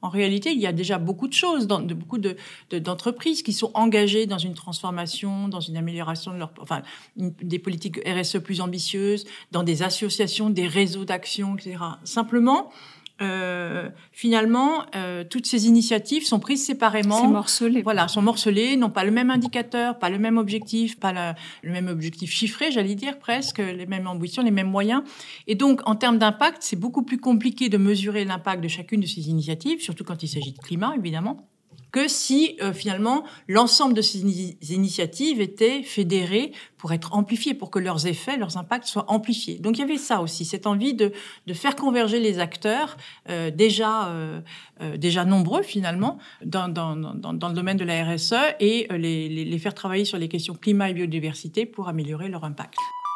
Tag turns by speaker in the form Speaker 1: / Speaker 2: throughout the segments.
Speaker 1: en réalité, il y a déjà beaucoup de choses, beaucoup d'entreprises qui sont engagées dans une transformation, dans une amélioration de des politiques RSE plus ambitieuses, dans des associations, des réseaux d'action, etc. Simplement, finalement, toutes ces initiatives sont prises séparément.
Speaker 2: C'est morcelé.
Speaker 1: Voilà, sont morcelées, n'ont pas le même indicateur, pas le même objectif, pas le même objectif chiffré, j'allais dire presque, les mêmes ambitions, les mêmes moyens. Et donc, en termes d'impact, c'est beaucoup plus compliqué de mesurer l'impact de chacune de ces initiatives, surtout quand il s'agit de climat, évidemment, que si, finalement, l'ensemble de ces initiatives étaient fédérées pour être amplifiées, pour que leurs effets, leurs impacts soient amplifiés. Donc, il y avait ça aussi, cette envie de faire converger les acteurs, déjà nombreux, finalement, dans le domaine de la RSE, et les faire travailler sur les questions climat et biodiversité pour améliorer leur impact.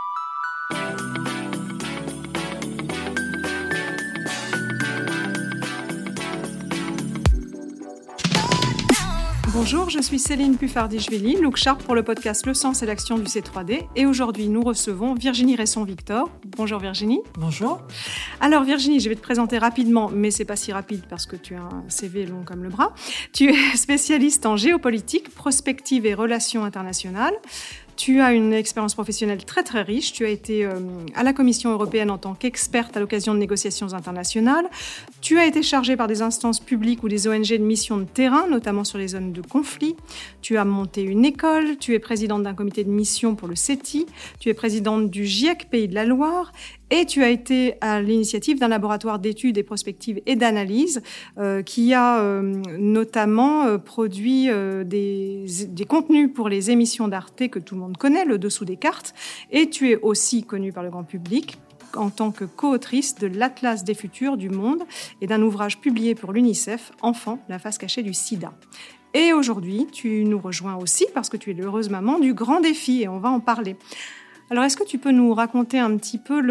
Speaker 2: Bonjour, je suis Céline Puffardichvili, Look Sharp pour le podcast Le Sens et l'Action du C3D. Et aujourd'hui, nous recevons Virginie Resson-Victor. Bonjour Virginie.
Speaker 1: Bonjour.
Speaker 2: Alors Virginie, je vais te présenter rapidement, mais c'est pas si rapide parce que tu as un CV long comme le bras. Tu es spécialiste en géopolitique, prospective et relations internationales. Tu as une expérience professionnelle très très riche. Tu as été à la Commission européenne en tant qu'experte à l'occasion de négociations internationales. Tu as été chargée par des instances publiques ou des ONG de missions de terrain, notamment sur les zones de conflit. Tu as monté une école. Tu es présidente d'un comité de mission pour le CETI. Tu es présidente du GIEC Pays de la Loire. Et tu as été à l'initiative d'un laboratoire d'études et prospectives et d'analyse qui a notamment produit des contenus pour les émissions d'Arte que tout le monde connaît, le dessous des cartes. Et tu es aussi connue par le grand public en tant que co-autrice de l'Atlas des futurs du monde et d'un ouvrage publié pour l'UNICEF, Enfants, la face cachée du sida. Et aujourd'hui, tu nous rejoins aussi parce que tu es l'heureuse maman du grand défi et on va en parler. Alors, est-ce que tu peux nous raconter un petit peu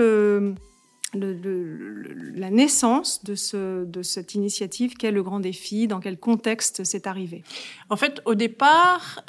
Speaker 2: la naissance de cette initiative qu'est le Grand Défi, dans quel contexte c'est arrivé?
Speaker 1: En fait, au départ,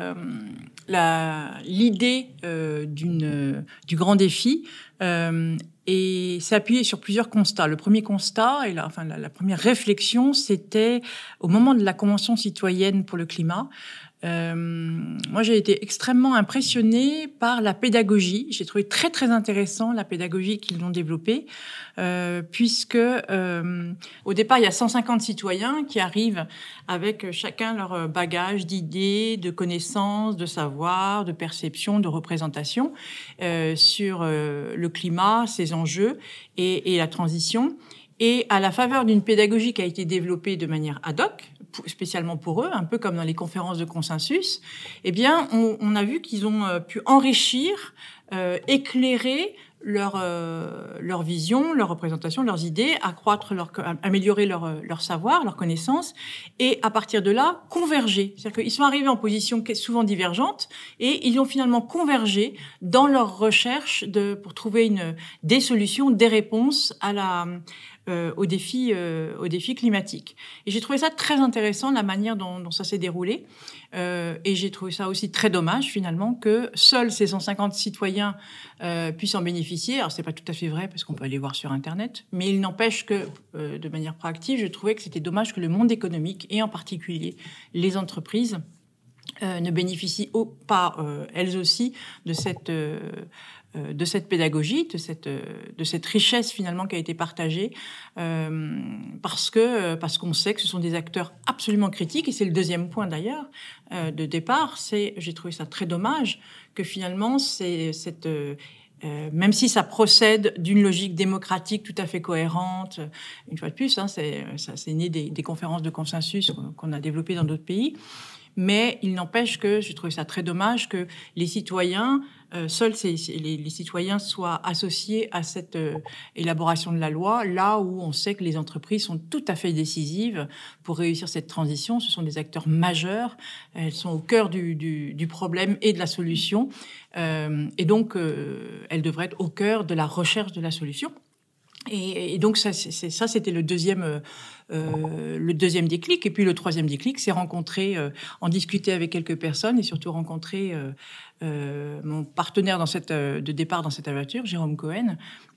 Speaker 1: l'idée du Grand Défi s'est appuyée sur plusieurs constats. Le premier constat, et la première réflexion, c'était au moment de la Convention citoyenne pour le climat. Moi, j'ai été extrêmement impressionnée par la pédagogie. J'ai trouvé très, très intéressant la pédagogie qu'ils ont développée, puisque au départ, il y a 150 citoyens qui arrivent avec chacun leur bagage d'idées, de connaissances, de savoir, de perception, de représentation sur le climat, ses enjeux et la transition. Et à la faveur d'une pédagogie qui a été développée de manière ad hoc, spécialement pour eux, un peu comme dans les conférences de consensus, eh bien, on a vu qu'ils ont pu enrichir, éclairer leur vision, leur représentation, leurs idées, améliorer leur savoir, leur connaissance, et à partir de là, converger. C'est-à-dire qu'ils sont arrivés en position souvent divergente, et ils ont finalement convergé dans leur recherche pour trouver des solutions, des réponses au défi climatique. Et j'ai trouvé ça très intéressant, la manière dont ça s'est déroulé. Et j'ai trouvé ça aussi très dommage, finalement, que seuls ces 150 citoyens puissent en bénéficier. Alors, c'est pas tout à fait vrai, parce qu'on peut aller voir sur Internet. Mais il n'empêche que, de manière proactive, je trouvais que c'était dommage que le monde économique, et en particulier les entreprises, ne bénéficient pas, elles aussi, de cette pédagogie, de cette richesse finalement qui a été partagée, parce qu'on sait que ce sont des acteurs absolument critiques, et c'est le deuxième point d'ailleurs de départ. J'ai trouvé ça très dommage que finalement même si ça procède d'une logique démocratique tout à fait cohérente, une fois de plus, c'est né des conférences de consensus qu'on a développées dans d'autres pays. Mais il n'empêche que j'ai trouvé ça très dommage que les citoyens, seuls les citoyens soient associés à cette élaboration de la loi, là où on sait que les entreprises sont tout à fait décisives pour réussir cette transition. Ce sont des acteurs majeurs, elles sont au cœur du problème et de la solution, et donc elles devraient être au cœur de la recherche de la solution. Et donc ça c'était le deuxième le deuxième déclic. Et puis le troisième déclic, c'est en discuter avec quelques personnes et surtout rencontrer mon partenaire de départ dans cette aventure, Jérôme Cohen,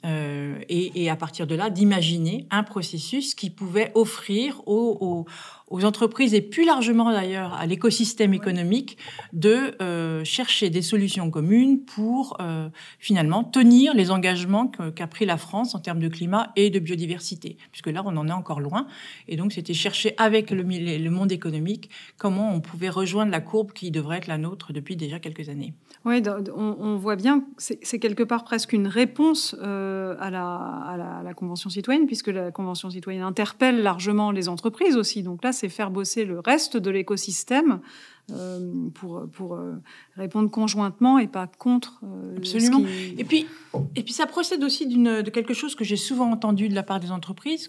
Speaker 1: et à partir de là, d'imaginer un processus qui pouvait offrir aux entreprises et plus largement d'ailleurs à l'écosystème économique de chercher des solutions communes pour finalement tenir les engagements qu'a pris la France en termes de climat et de biodiversité, puisque là on en est encore loin. Et donc c'était chercher avec le monde économique comment on pouvait rejoindre la courbe qui devrait être la nôtre depuis déjà quelques années.
Speaker 2: Oui, on voit bien que c'est quelque part presque une réponse à la Convention citoyenne, puisque la Convention citoyenne interpelle largement les entreprises aussi. Donc là, c'est faire bosser le reste de l'écosystème pour répondre conjointement et pas contre.
Speaker 1: Absolument. Et puis ça procède aussi de quelque chose que j'ai souvent entendu de la part des entreprises,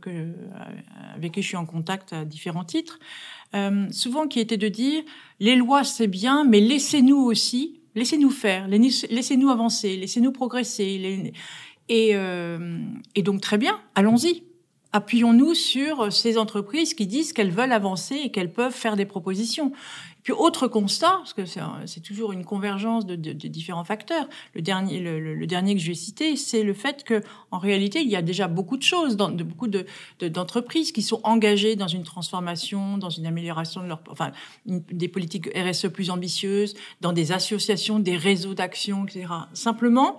Speaker 1: avec qui je suis en contact à différents titres, souvent qui était de dire les lois c'est bien, mais laissez-nous aussi. Laissez-nous faire, laissez-nous avancer, laissez-nous progresser. Et donc, très bien, allons-y. Appuyons-nous sur ces entreprises qui disent qu'elles veulent avancer et qu'elles peuvent faire des propositions. Et puis, autre constat, parce que c'est toujours une convergence de différents facteurs. Le dernier que je vais citer, c'est le fait que, en réalité, il y a déjà beaucoup de choses, beaucoup d'entreprises qui sont engagées dans une transformation, dans une amélioration de des politiques RSE plus ambitieuses, dans des associations, des réseaux d'action, etc. Simplement,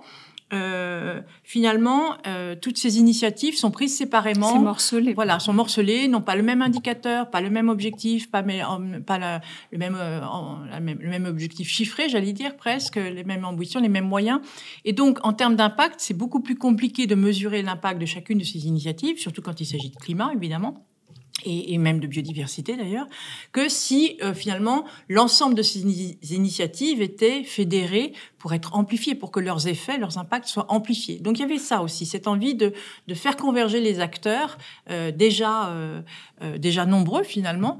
Speaker 1: finalement, toutes ces initiatives sont prises séparément.
Speaker 2: C'est morcelé.
Speaker 1: Voilà, sont morcelées, n'ont pas le même indicateur, pas le même objectif, pas le même objectif chiffré, j'allais dire presque, les mêmes ambitions, les mêmes moyens. Et donc, en termes d'impact, c'est beaucoup plus compliqué de mesurer l'impact de chacune de ces initiatives, surtout quand il s'agit de climat, évidemment. Et même de biodiversité d'ailleurs, que si finalement l'ensemble de ces initiatives étaient fédérées pour être amplifiées, pour que leurs effets, leurs impacts soient amplifiés. Donc il y avait ça aussi, cette envie de faire converger les acteurs déjà nombreux finalement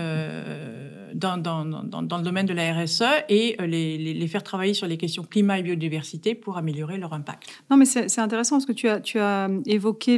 Speaker 1: dans le domaine de la RSE et les faire travailler sur les questions climat et biodiversité pour améliorer leur impact.
Speaker 2: Non, mais c'est intéressant parce que tu as évoqué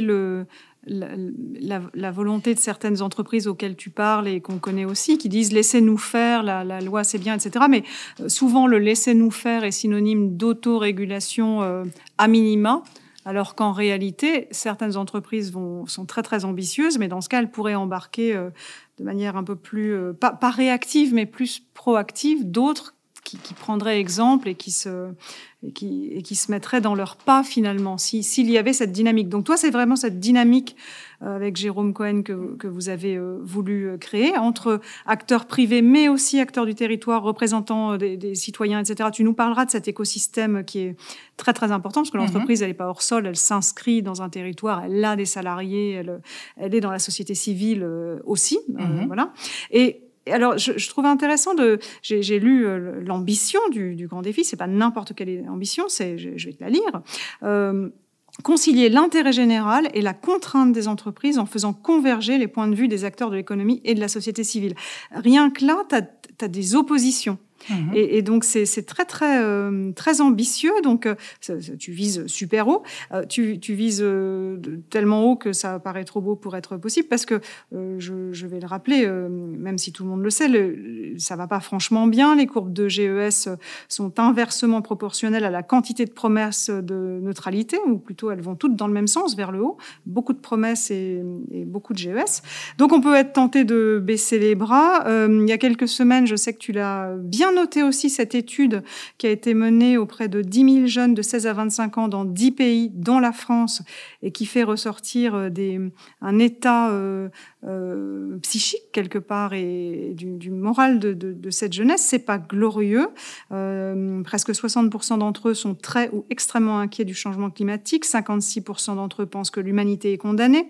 Speaker 2: la volonté de certaines entreprises auxquelles tu parles et qu'on connaît aussi, qui disent « laissez-nous faire, la loi c'est bien », etc. Mais souvent, le « laissez-nous faire » est synonyme d'autorégulation à minima, alors qu'en réalité, certaines entreprises sont très, très ambitieuses, mais dans ce cas, elles pourraient embarquer de manière un peu plus, pas réactive, mais plus proactive, d'autres qui prendraient exemple et qui se mettraient dans leur pas finalement, s'il y avait cette dynamique. Donc toi, c'est vraiment cette dynamique avec Jérôme Cohen que vous avez voulu créer, entre acteurs privés, mais aussi acteurs du territoire, représentants des citoyens, etc. Tu nous parleras de cet écosystème qui est très, très important, parce que l'entreprise, elle n'est pas hors sol, elle s'inscrit dans un territoire, elle a des salariés, elle est dans la société civile aussi, voilà. Et alors, je trouve intéressant j'ai lu l'ambition du grand défi. C'est pas n'importe quelle ambition, je vais te la lire. Concilier l'intérêt général et la contrainte des entreprises en faisant converger les points de vue des acteurs de l'économie et de la société civile. Rien que là, t'as des oppositions. Et donc c'est très très très ambitieux. Donc tu vises super haut, tu vises tellement haut que ça paraît trop beau pour être possible, parce que je vais le rappeler, même si tout le monde le sait, ça va pas franchement bien. Les courbes de GES sont inversement proportionnelles à la quantité de promesses de neutralité, ou plutôt elles vont toutes dans le même sens, vers le haut. Beaucoup de promesses et beaucoup de GES. Donc on peut être tenté de baisser les bras. Il y a quelques semaines, je sais que tu l'as bien noté aussi, cette étude qui a été menée auprès de 10 000 jeunes de 16 à 25 ans dans 10 pays, dont la France, et qui fait ressortir un état psychique quelque part et du moral de cette jeunesse. C'est pas glorieux. Presque 60% d'entre eux sont très ou extrêmement inquiets du changement climatique. 56% d'entre eux pensent que l'humanité est condamnée.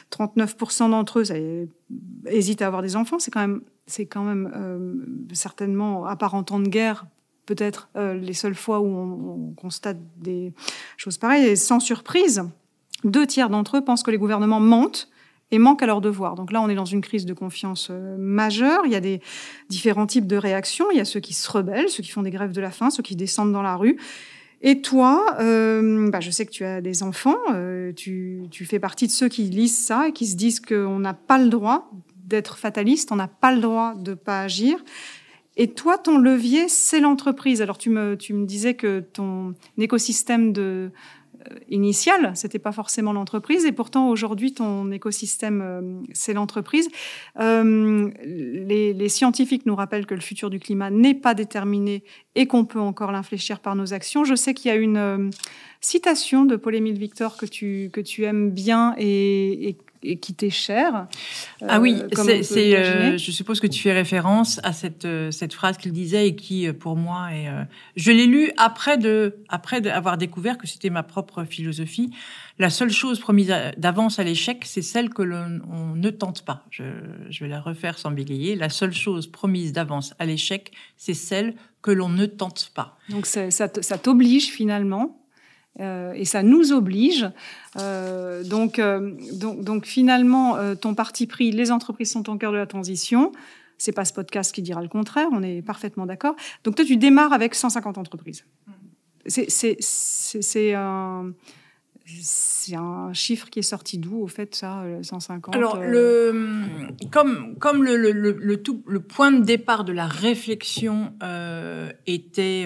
Speaker 2: 39% d'entre eux hésitent à avoir des enfants. C'est quand même certainement, à part en temps de guerre, peut-être les seules fois où on constate des choses pareilles. Et sans surprise, 2 tiers d'entre eux pensent que les gouvernements mentent et manquent à leurs devoirs. Donc là, on est dans une crise de confiance majeure. Il y a des différents types de réactions. Il y a ceux qui se rebellent, ceux qui font des grèves de la faim, ceux qui descendent dans la rue. Et toi, je sais que tu as des enfants, tu fais partie de ceux qui lisent ça et qui se disent qu'on n'a pas le droit d'être fataliste, on n'a pas le droit de ne pas agir. Et toi, ton levier, c'est l'entreprise. Alors, tu me disais que ton écosystème initial, c'était pas forcément l'entreprise, et pourtant aujourd'hui ton écosystème c'est l'entreprise. Les scientifiques nous rappellent que le futur du climat n'est pas déterminé et qu'on peut encore l'infléchir par nos actions. Je sais qu'il y a une citation de Paul-Émile Victor que tu aimes bien et qui t'est chère.
Speaker 1: Ah oui, je suppose que tu fais référence à cette phrase qu'il disait et qui, pour moi, je l'ai lu après avoir découvert que c'était ma propre philosophie. La seule chose promise d'avance à l'échec, c'est celle que l'on ne tente pas. Je vais la refaire sans bégayer. La seule chose promise d'avance à l'échec, c'est celle que l'on ne tente pas.
Speaker 2: Donc ça t'oblige finalement. Et ça nous oblige. Donc finalement, ton parti pris, les entreprises sont au cœur de la transition. C'est pas ce podcast qui dira le contraire, on est parfaitement d'accord. Donc toi, tu démarres avec 150 entreprises. C'est un chiffre qui est sorti d'où, au fait, ça, 150
Speaker 1: Alors, comme le point de départ de la réflexion était...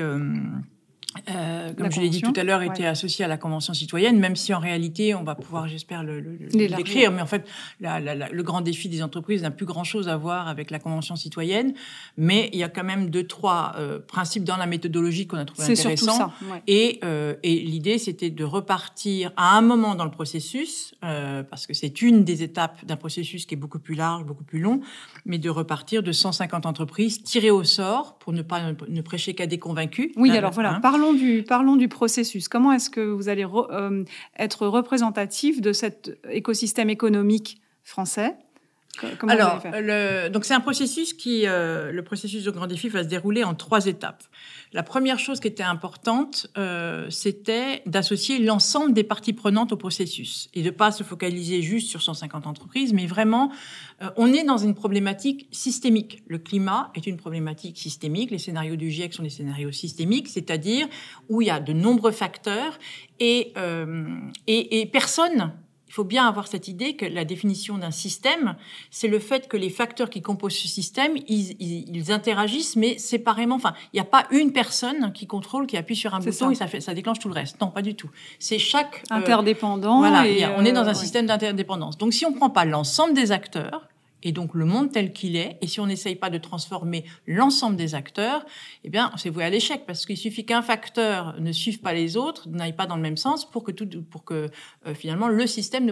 Speaker 1: comme je l'ai dit tout à l'heure, était associé à la Convention citoyenne, même si en réalité, on va pouvoir, j'espère, l'écrire. Mais en fait, le grand défi des entreprises n'a plus grand-chose à voir avec la Convention citoyenne. Mais il y a quand même 2-3 principes dans la méthodologie qu'on a trouvé intéressants.
Speaker 2: C'est surtout ça. Ouais.
Speaker 1: Et l'idée, c'était de repartir à un moment dans le processus, parce que c'est une des étapes d'un processus qui est beaucoup plus large, beaucoup plus long, mais de repartir de 150 entreprises tirées au sort pour ne prêcher qu'à des convaincus.
Speaker 2: Oui, alors voilà, parlons du processus. Comment est-ce que vous allez être représentatif de cet écosystème économique français ?
Speaker 1: Alors, donc c'est un processus le processus de grand défi va se dérouler en 3 étapes. La première chose qui était importante, c'était d'associer l'ensemble des parties prenantes au processus et de pas se focaliser juste sur 150 entreprises, mais vraiment, on est dans une problématique systémique. Le climat est une problématique systémique. Les scénarios du GIEC sont des scénarios systémiques, c'est-à-dire où il y a de nombreux facteurs et personne. Il faut bien avoir cette idée que la définition d'un système, c'est le fait que les facteurs qui composent ce système, ils interagissent, mais séparément. Enfin, il n'y a pas une personne qui contrôle, qui appuie sur un bouton et ça déclenche tout le reste. Non, pas du tout. C'est chaque...
Speaker 2: interdépendant.
Speaker 1: Voilà, on est dans un système d'interdépendance. Donc, si on ne prend pas l'ensemble des acteurs, et donc le monde tel qu'il est, et si on n'essaye pas de transformer l'ensemble des acteurs, eh bien, c'est voué à l'échec, parce qu'il suffit qu'un facteur ne suive pas les autres, n'aille pas dans le même sens, pour que finalement le système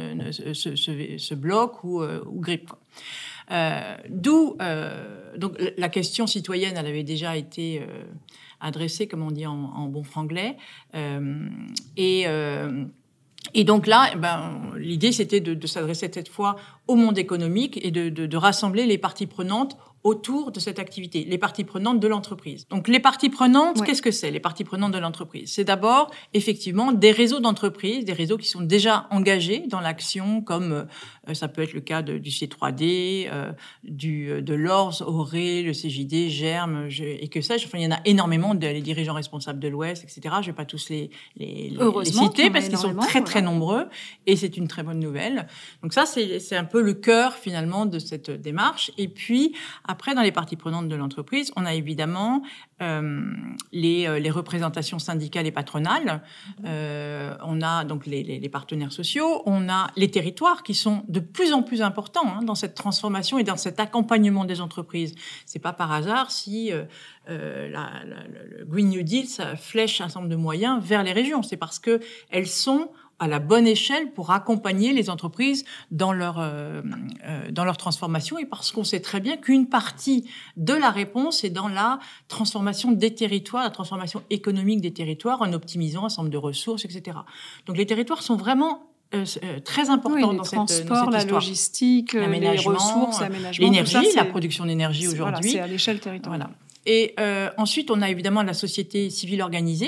Speaker 1: se bloque ou grippe. D'où donc la question citoyenne, elle avait déjà été adressée, comme on dit en bon franglais, et donc là, l'idée, c'était de s'adresser cette fois au monde économique et de rassembler les parties prenantes autour de cette activité, les parties prenantes de l'entreprise. Donc, les parties prenantes, Qu'est-ce que c'est, les parties prenantes de l'entreprise ? C'est d'abord, effectivement, des réseaux d'entreprises, des réseaux qui sont déjà engagés dans l'action, comme ça peut être le cas du C3D, de l'ORS, Auré, le CJD, Germe, et que sais-je. Enfin, il y en a énormément, les dirigeants responsables de l'Ouest, etc. Je vais pas tous les citer, parce qu'ils sont très, très nombreux, et c'est une très bonne nouvelle. Donc ça, c'est un peu le cœur, finalement, de cette démarche. Et puis, après, dans les parties prenantes de l'entreprise, on a évidemment les représentations syndicales et patronales. On a donc les partenaires sociaux. On a les territoires qui sont de plus en plus importants dans cette transformation et dans cet accompagnement des entreprises. C'est pas par hasard si le Green New Deal ça flèche un certain nombre de moyens vers les régions. C'est parce que elles sont à la bonne échelle pour accompagner les entreprises dans leur transformation, et parce qu'on sait très bien qu'une partie de la réponse est dans la transformation des territoires, la transformation économique des territoires, en optimisant un certain nombre de ressources, etc. Donc les territoires sont vraiment très importants dans cette histoire.
Speaker 2: La logistique, les ressources, l'aménagement,
Speaker 1: l'énergie, la production d'énergie aujourd'hui.
Speaker 2: Voilà, c'est à l'échelle territoriale.
Speaker 1: Voilà. Et ensuite, on a évidemment la société civile organisée.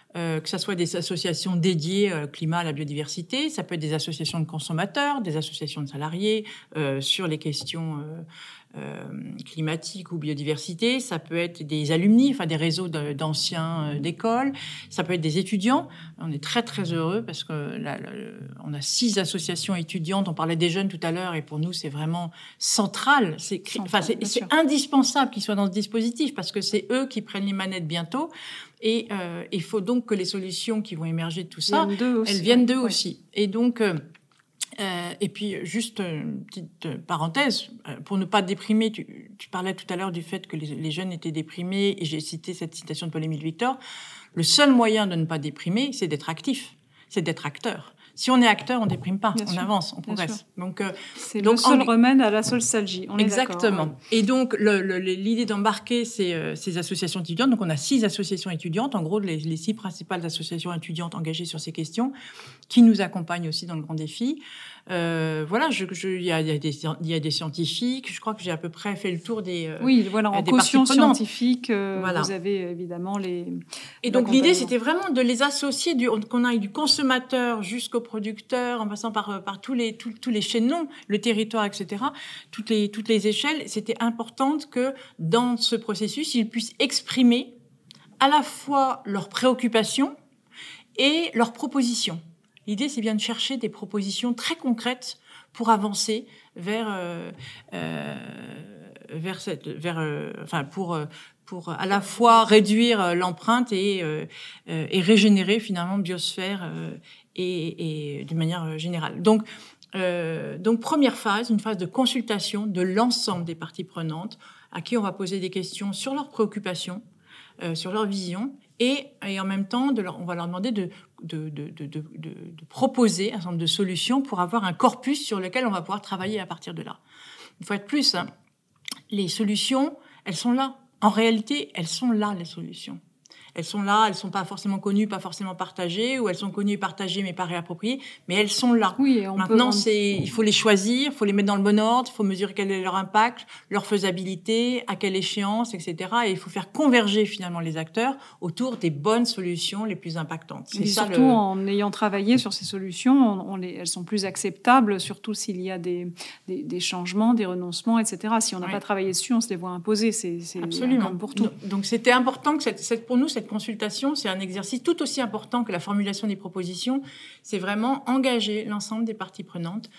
Speaker 1: que ça soit des associations dédiées climat à la biodiversité, ça peut être des associations de consommateurs, des associations de salariés sur les questions climatique ou biodiversité, ça peut être des alumni, enfin des réseaux d'anciens d'école, ça peut être des étudiants. On est très très heureux parce que on a 6 associations étudiantes. On parlait des jeunes tout à l'heure et pour nous c'est vraiment central. C'est indispensable qu'ils soient dans ce dispositif parce que c'est eux qui prennent les manettes bientôt. Et il faut donc que les solutions qui vont émerger de tout ça, elles viennent d'eux aussi. Et donc et puis, juste une petite parenthèse, pour ne pas déprimer, tu parlais tout à l'heure du fait que les jeunes étaient déprimés, et j'ai cité cette citation de Paul-Émile Victor. Le seul moyen de ne pas déprimer, c'est d'être actif, c'est d'être acteur. Si on est acteur, on déprime pas, on avance, on progresse. Donc,
Speaker 2: c'est le seul remède à la nostalgie. On est
Speaker 1: exactement.
Speaker 2: Ouais.
Speaker 1: Et donc, l'idée d'embarquer ces associations étudiantes, donc on a 6 associations étudiantes, en gros, les 6 principales associations étudiantes engagées sur ces questions, qui nous accompagnent aussi dans le grand défi. Voilà, il y a des scientifiques. Je crois que j'ai à peu près fait le tour des
Speaker 2: oui, voilà, en caution scientifique, voilà. Vous avez évidemment les.
Speaker 1: Et donc l'idée, c'était vraiment de les associer, qu'on aille du consommateur jusqu'au producteur, en passant par tous les chaînons, le territoire, etc. Toutes les échelles. C'était important que dans ce processus, ils puissent exprimer à la fois leurs préoccupations et leurs propositions. L'idée, c'est bien de chercher des propositions très concrètes pour avancer pour à la fois réduire l'empreinte et régénérer finalement biosphère et d'une manière générale. Donc première phase, une phase de consultation de l'ensemble des parties prenantes à qui on va poser des questions sur leurs préoccupations, sur leur vision. Et en même temps, on va leur demander de proposer un certain nombre de solutions pour avoir un corpus sur lequel on va pouvoir travailler à partir de là. Une fois de plus, hein, les solutions, elles sont là. En réalité, elles sont là, les solutions. Elles sont là, elles sont pas forcément connues, pas forcément partagées, ou elles sont connues et partagées mais pas réappropriées, mais elles sont là.
Speaker 2: Oui,
Speaker 1: maintenant, il faut les choisir, il faut les mettre dans le bon ordre, il faut mesurer quel est leur impact, leur faisabilité, à quelle échéance, etc. Et il faut faire converger finalement les acteurs autour des bonnes solutions les plus impactantes.
Speaker 2: C'est ça, surtout en ayant travaillé sur ces solutions, elles sont plus acceptables, surtout s'il y a des changements, des renoncements, etc. Si on n'a pas travaillé dessus, on se les voit imposer. C'est
Speaker 1: absolument
Speaker 2: comme pour tout.
Speaker 1: Donc c'était important que pour nous, cette consultation, c'est un exercice tout aussi important que la formulation des propositions. C'est vraiment engager l'ensemble des parties prenantes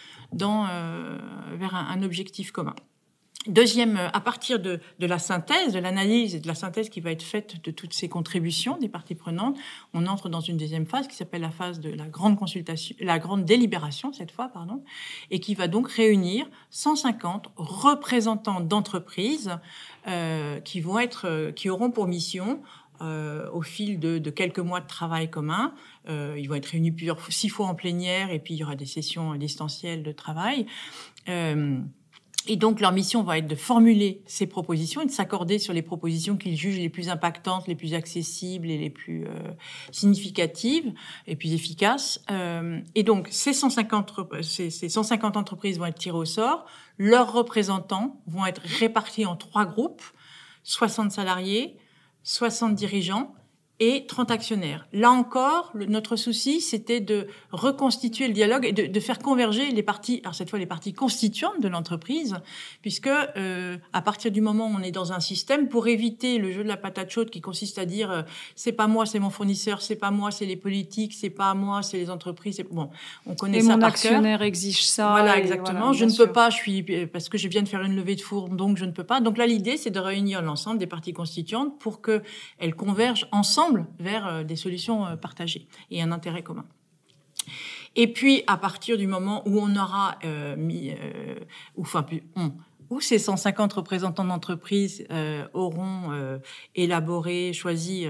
Speaker 1: vers un objectif commun. Deuxième, à partir de la synthèse, de l'analyse et de la synthèse qui va être faite de toutes ces contributions des parties prenantes, on entre dans une deuxième phase qui s'appelle la phase de la grande consultation, la grande délibération cette fois, et qui va donc réunir 150 représentants d'entreprises qui auront pour mission au fil de quelques mois de travail commun. Ils vont être réunis 6 fois en plénière et puis il y aura des sessions distancielles de travail. Et donc, leur mission va être de formuler ces propositions et de s'accorder sur les propositions qu'ils jugent les plus impactantes, les plus accessibles et les plus significatives et plus efficaces. Et donc, ces 150 entreprises vont être tirées au sort. Leurs représentants vont être répartis en 3 groupes, 60 salariés, 60 dirigeants et 30 actionnaires. Là encore, notre souci, c'était de reconstituer le dialogue et de faire converger les parties, alors cette fois les parties constituantes de l'entreprise, puisque à partir du moment où on est dans un système, pour éviter le jeu de la patate chaude qui consiste à dire c'est pas moi, c'est mon fournisseur, c'est pas moi, c'est les politiques, c'est pas moi, c'est les entreprises. Bon, on connaît ça par cœur. Et
Speaker 2: mon actionnaire exige ça.
Speaker 1: Voilà, exactement. Voilà, je ne peux pas, parce que je viens de faire une levée de fonds, donc je ne peux pas. Donc là, l'idée, c'est de réunir l'ensemble des parties constituantes pour qu'elles convergent ensemble vers des solutions partagées et un intérêt commun. Et puis, à partir du moment où on aura où ces 150 représentants d'entreprise auront choisi,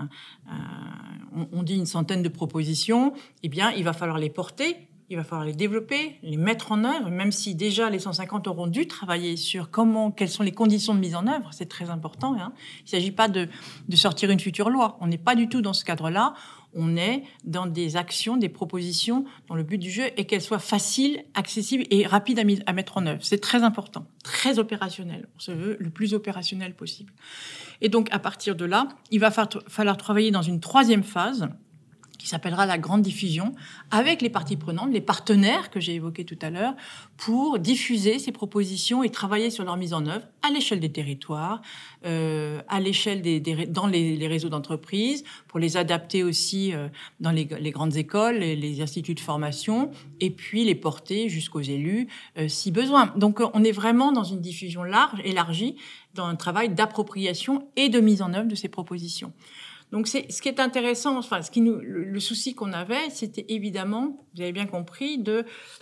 Speaker 1: on dit une centaine de propositions, eh bien, il va falloir les porter. Il va falloir les développer, les mettre en œuvre, même si déjà les 150 auront dû travailler sur quelles sont les conditions de mise en œuvre. C'est très important. Hein. Il ne s'agit pas de sortir une future loi. On n'est pas du tout dans ce cadre-là. On est dans des actions, des propositions dont le but du jeu est qu'elles soient faciles, accessibles et rapides à mettre en œuvre. C'est très important, très opérationnel. On se veut le plus opérationnel possible. Et donc, à partir de là, il va falloir travailler dans une 3e phase qui s'appellera la grande diffusion, avec les parties prenantes, les partenaires que j'ai évoqués tout à l'heure, pour diffuser ces propositions et travailler sur leur mise en œuvre à l'échelle des territoires, à l'échelle dans les réseaux d'entreprises, pour les adapter aussi dans les grandes écoles, les instituts de formation, et puis les porter jusqu'aux élus si besoin. Donc on est vraiment dans une diffusion large, élargie, dans un travail d'appropriation et de mise en œuvre de ces propositions. Donc, ce qui est intéressant, enfin, le souci qu'on avait, c'était évidemment, vous avez bien compris, de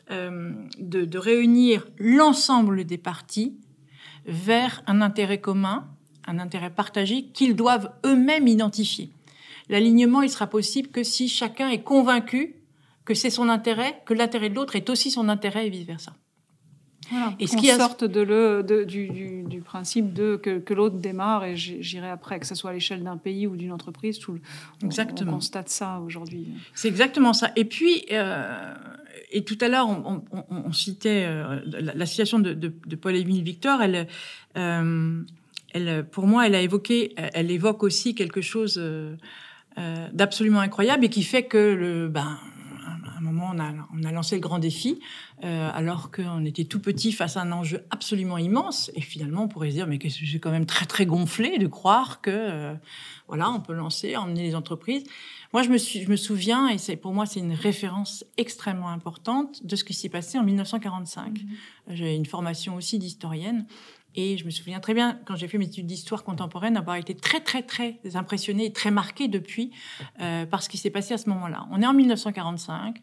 Speaker 1: réunir l'ensemble des partis vers un intérêt commun, un intérêt partagé qu'ils doivent eux-mêmes identifier. L'alignement, il sera possible que si chacun est convaincu que c'est son intérêt, que l'intérêt de l'autre est aussi son intérêt et vice-versa.
Speaker 2: Voilà, et qu'on sorte du principe que l'autre démarre et j'irai après, que ce soit à l'échelle d'un pays ou d'une entreprise. On constate ça aujourd'hui.
Speaker 1: C'est exactement ça. Et puis, et tout à l'heure, on citait la citation de Paul-Émile Victor. Pour moi, elle évoque aussi quelque chose d'absolument incroyable et qui fait que à un moment, on a lancé le grand défi, alors qu'on était tout petit face à un enjeu absolument immense. Et finalement, on pourrait se dire, mais c'est quand même très, très gonflé de croire que, on peut emmener les entreprises. Moi, je me souviens, et pour moi, c'est une référence extrêmement importante de ce qui s'est passé en 1945. J'ai une formation aussi d'historienne. Et je me souviens très bien, quand j'ai fait mes études d'histoire contemporaine, d'avoir été très, très, très impressionnée et très marquée depuis par ce qui s'est passé à ce moment-là. On est en 1945,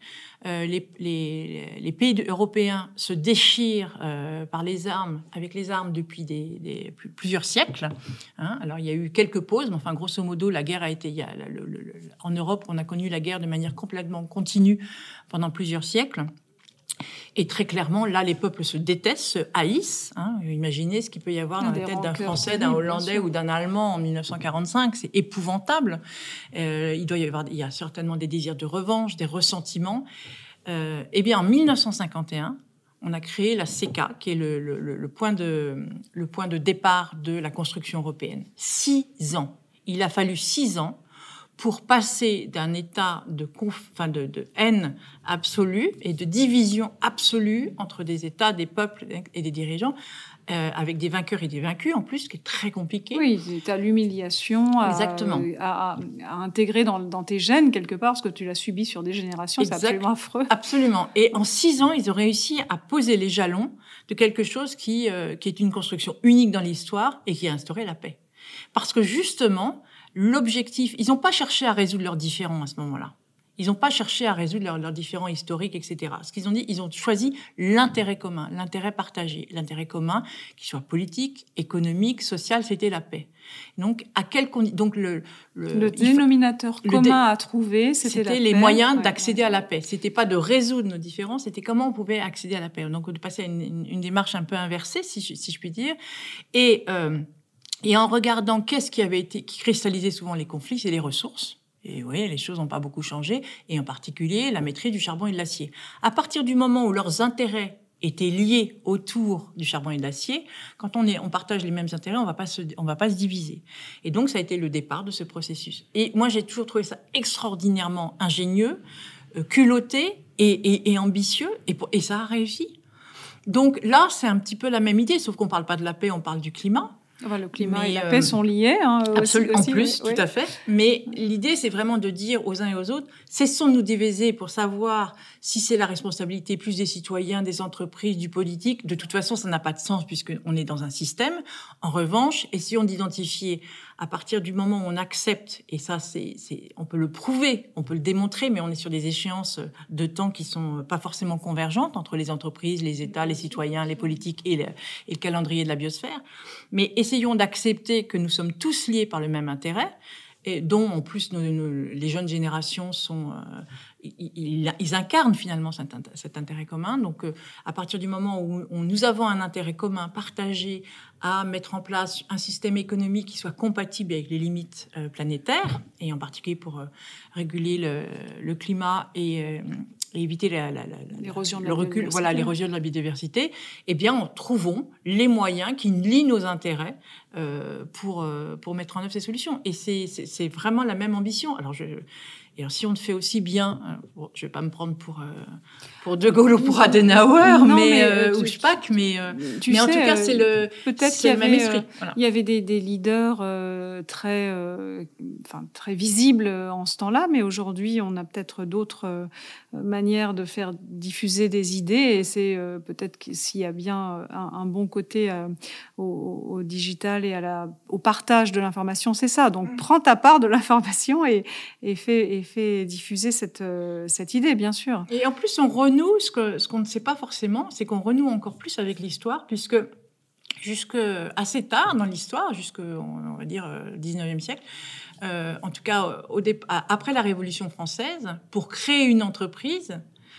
Speaker 1: les pays européens se déchirent avec les armes depuis plusieurs siècles. Hein. Alors, il y a eu quelques pauses, mais enfin, grosso modo, la guerre a été... en Europe, on a connu la guerre de manière complètement continue pendant plusieurs siècles. Et très clairement, là, les peuples se détestent, se haïssent. Hein. Imaginez ce qu'il peut y avoir dans la tête d'un Français, d'un Hollandais ou d'un Allemand en 1945. C'est épouvantable. Il y a certainement des désirs de revanche, des ressentiments. Eh bien, en 1951, on a créé la CECA, qui est le point de départ de la construction européenne. 6 ans. Il a fallu 6 ans pour passer d'un état de haine absolue et de division absolue entre des États, des peuples et des dirigeants, avec des vainqueurs et des vaincus, en plus, ce qui est très compliqué.
Speaker 2: Oui, tu as l'humiliation à intégrer dans tes gènes, quelque part, parce que tu l'as subi sur des générations, c'est absolument affreux.
Speaker 1: Absolument. Et en 6 ans, ils ont réussi à poser les jalons de quelque chose qui est une construction unique dans l'histoire et qui a instauré la paix. Parce que justement... L'objectif, ils n'ont pas cherché à résoudre leurs différends à ce moment-là. Ils n'ont pas cherché à résoudre leurs différends historiques, etc. Ce qu'ils ont dit, ils ont choisi l'intérêt commun, l'intérêt partagé. L'intérêt commun, qu'il soit politique, économique, social, c'était la paix. Donc, le
Speaker 2: dénominateur commun à trouver, c'était la paix.
Speaker 1: Les moyens d'accéder à la paix. C'était pas de résoudre nos différends, c'était comment on pouvait accéder à la paix. Donc, de passer à une démarche un peu inversée, si je puis dire. Et en regardant qui cristallisait souvent les conflits, c'est les ressources. Et oui, les choses n'ont pas beaucoup changé, et en particulier la maîtrise du charbon et de l'acier. À partir du moment où leurs intérêts étaient liés autour du charbon et de l'acier, quand on partage les mêmes intérêts, on va pas se diviser. Et donc, ça a été le départ de ce processus. Et moi, j'ai toujours trouvé ça extraordinairement ingénieux, culotté et ambitieux, et ça a réussi. Donc là, c'est un petit peu la même idée, sauf qu'on parle pas de la paix, on parle du climat.
Speaker 2: Enfin, le climat et la paix sont liés.
Speaker 1: Absolument, en plus, oui. Tout à fait. Mais l'idée, c'est vraiment de dire aux uns et aux autres, cessons de nous diviser pour savoir si c'est la responsabilité plus des citoyens, des entreprises, du politique. De toute façon, ça n'a pas de sens puisqu'on est dans un système. En revanche, essayons d'identifier à partir du moment où on accepte, et ça, on peut le prouver, on peut le démontrer, mais on est sur des échéances de temps qui sont pas forcément convergentes entre les entreprises, les États, les citoyens, les politiques et le calendrier de la biosphère. Mais essayons d'accepter que nous sommes tous liés par le même intérêt, et dont en plus les jeunes générations ils incarnent finalement cet intérêt commun. Donc à partir du moment où nous avons un intérêt commun partagé à mettre en place un système économique qui soit compatible avec les limites planétaires, et en particulier pour réguler le climat et éviter l'érosion de la biodiversité, eh bien, trouvons les moyens qui lient nos intérêts pour mettre en œuvre ces solutions. Et c'est vraiment la même ambition. Alors, Et alors, si on le fait aussi bien, bon, je vais pas me prendre pour De Gaulle ou pour Adenauer, ou Spaak, mais en tout cas, c'est le même esprit.
Speaker 2: Voilà. Il y avait des leaders très visibles en ce temps-là, mais aujourd'hui, on a peut-être d'autres manières de faire diffuser des idées, et c'est peut-être que s'il y a bien un bon côté au digital et au partage de l'information, c'est ça. Donc, prends ta part de l'information et fais diffuser cette idée, bien sûr.
Speaker 1: Et en plus, on renoue ce qu'on ne sait pas forcément, c'est qu'on renoue encore plus avec l'histoire, puisque jusque assez tard dans l'histoire, on va dire 19e siècle, en tout cas après la Révolution française, pour créer une entreprise,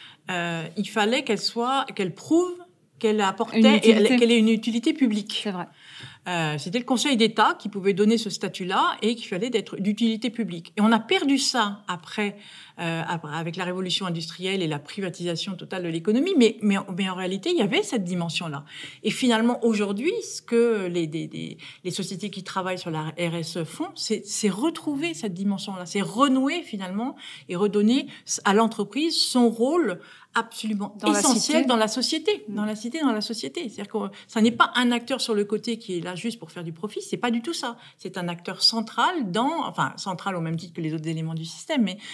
Speaker 1: il fallait qu'elle prouve qu'elle apportait qu'elle ait une utilité publique.
Speaker 2: C'est vrai.
Speaker 1: C'était le Conseil d'État qui pouvait donner ce statut-là et qu'il fallait d'être d'utilité publique. Et on a perdu ça après avec la révolution industrielle et la privatisation totale de l'économie. Mais en réalité, il y avait cette dimension-là. Et finalement, aujourd'hui, ce que les sociétés qui travaillent sur la RSE font, c'est retrouver cette dimension-là, c'est renouer finalement et redonner à l'entreprise son rôle absolument essentiel dans la société, dans la société. C'est-à-dire que ça n'est pas un acteur sur le côté qui est là juste pour faire du profit, c'est pas du tout ça. C'est un acteur central central au même titre que les autres éléments du système, mais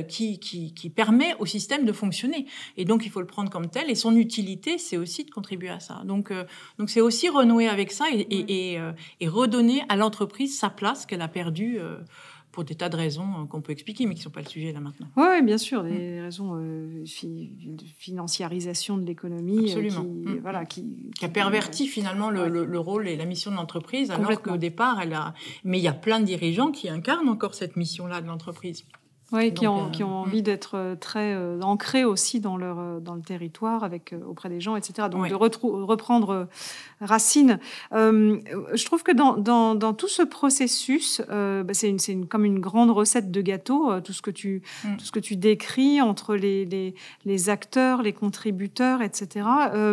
Speaker 1: qui permet au système de fonctionner. Et donc, il faut le prendre comme tel. Et son utilité, c'est aussi de contribuer à ça. Donc c'est aussi renouer avec ça et redonner à l'entreprise sa place qu'elle a perdue pour des tas de raisons qu'on peut expliquer, mais qui ne sont pas le sujet là maintenant.
Speaker 2: Oui, bien sûr, des raisons de financiarisation de l'économie
Speaker 1: qui a perverti finalement le rôle et la mission de l'entreprise, alors qu'au départ, mais il y a plein de dirigeants qui incarnent encore cette mission-là de l'entreprise.
Speaker 2: Oui, qui ont envie d'être très ancrés aussi dans le territoire, auprès des gens, etc. Donc, de reprendre racine. Je trouve que dans tout ce processus, c'est comme une grande recette de gâteau, tout ce que tu décris entre les acteurs, les contributeurs, etc.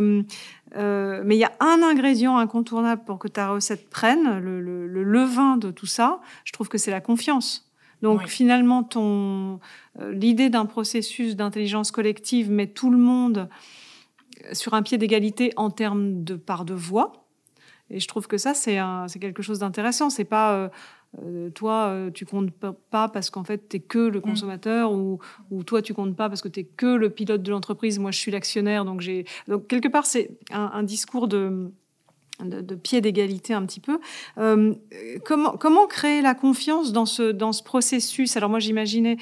Speaker 2: Mais il y a un ingrédient incontournable pour que ta recette prenne, le levain de tout ça, je trouve que c'est la confiance. Donc finalement, l'idée d'un processus d'intelligence collective met tout le monde sur un pied d'égalité en termes de part de voix. Et je trouve que ça, c'est quelque chose d'intéressant. C'est pas toi, tu comptes pas parce qu'en fait, t'es que le consommateur, ou toi, tu comptes pas parce que t'es que le pilote de l'entreprise. Moi, je suis l'actionnaire, donc quelque part, c'est un discours de pied d'égalité un petit peu. Comment créer la confiance dans ce processus? Alors moi, j'imaginais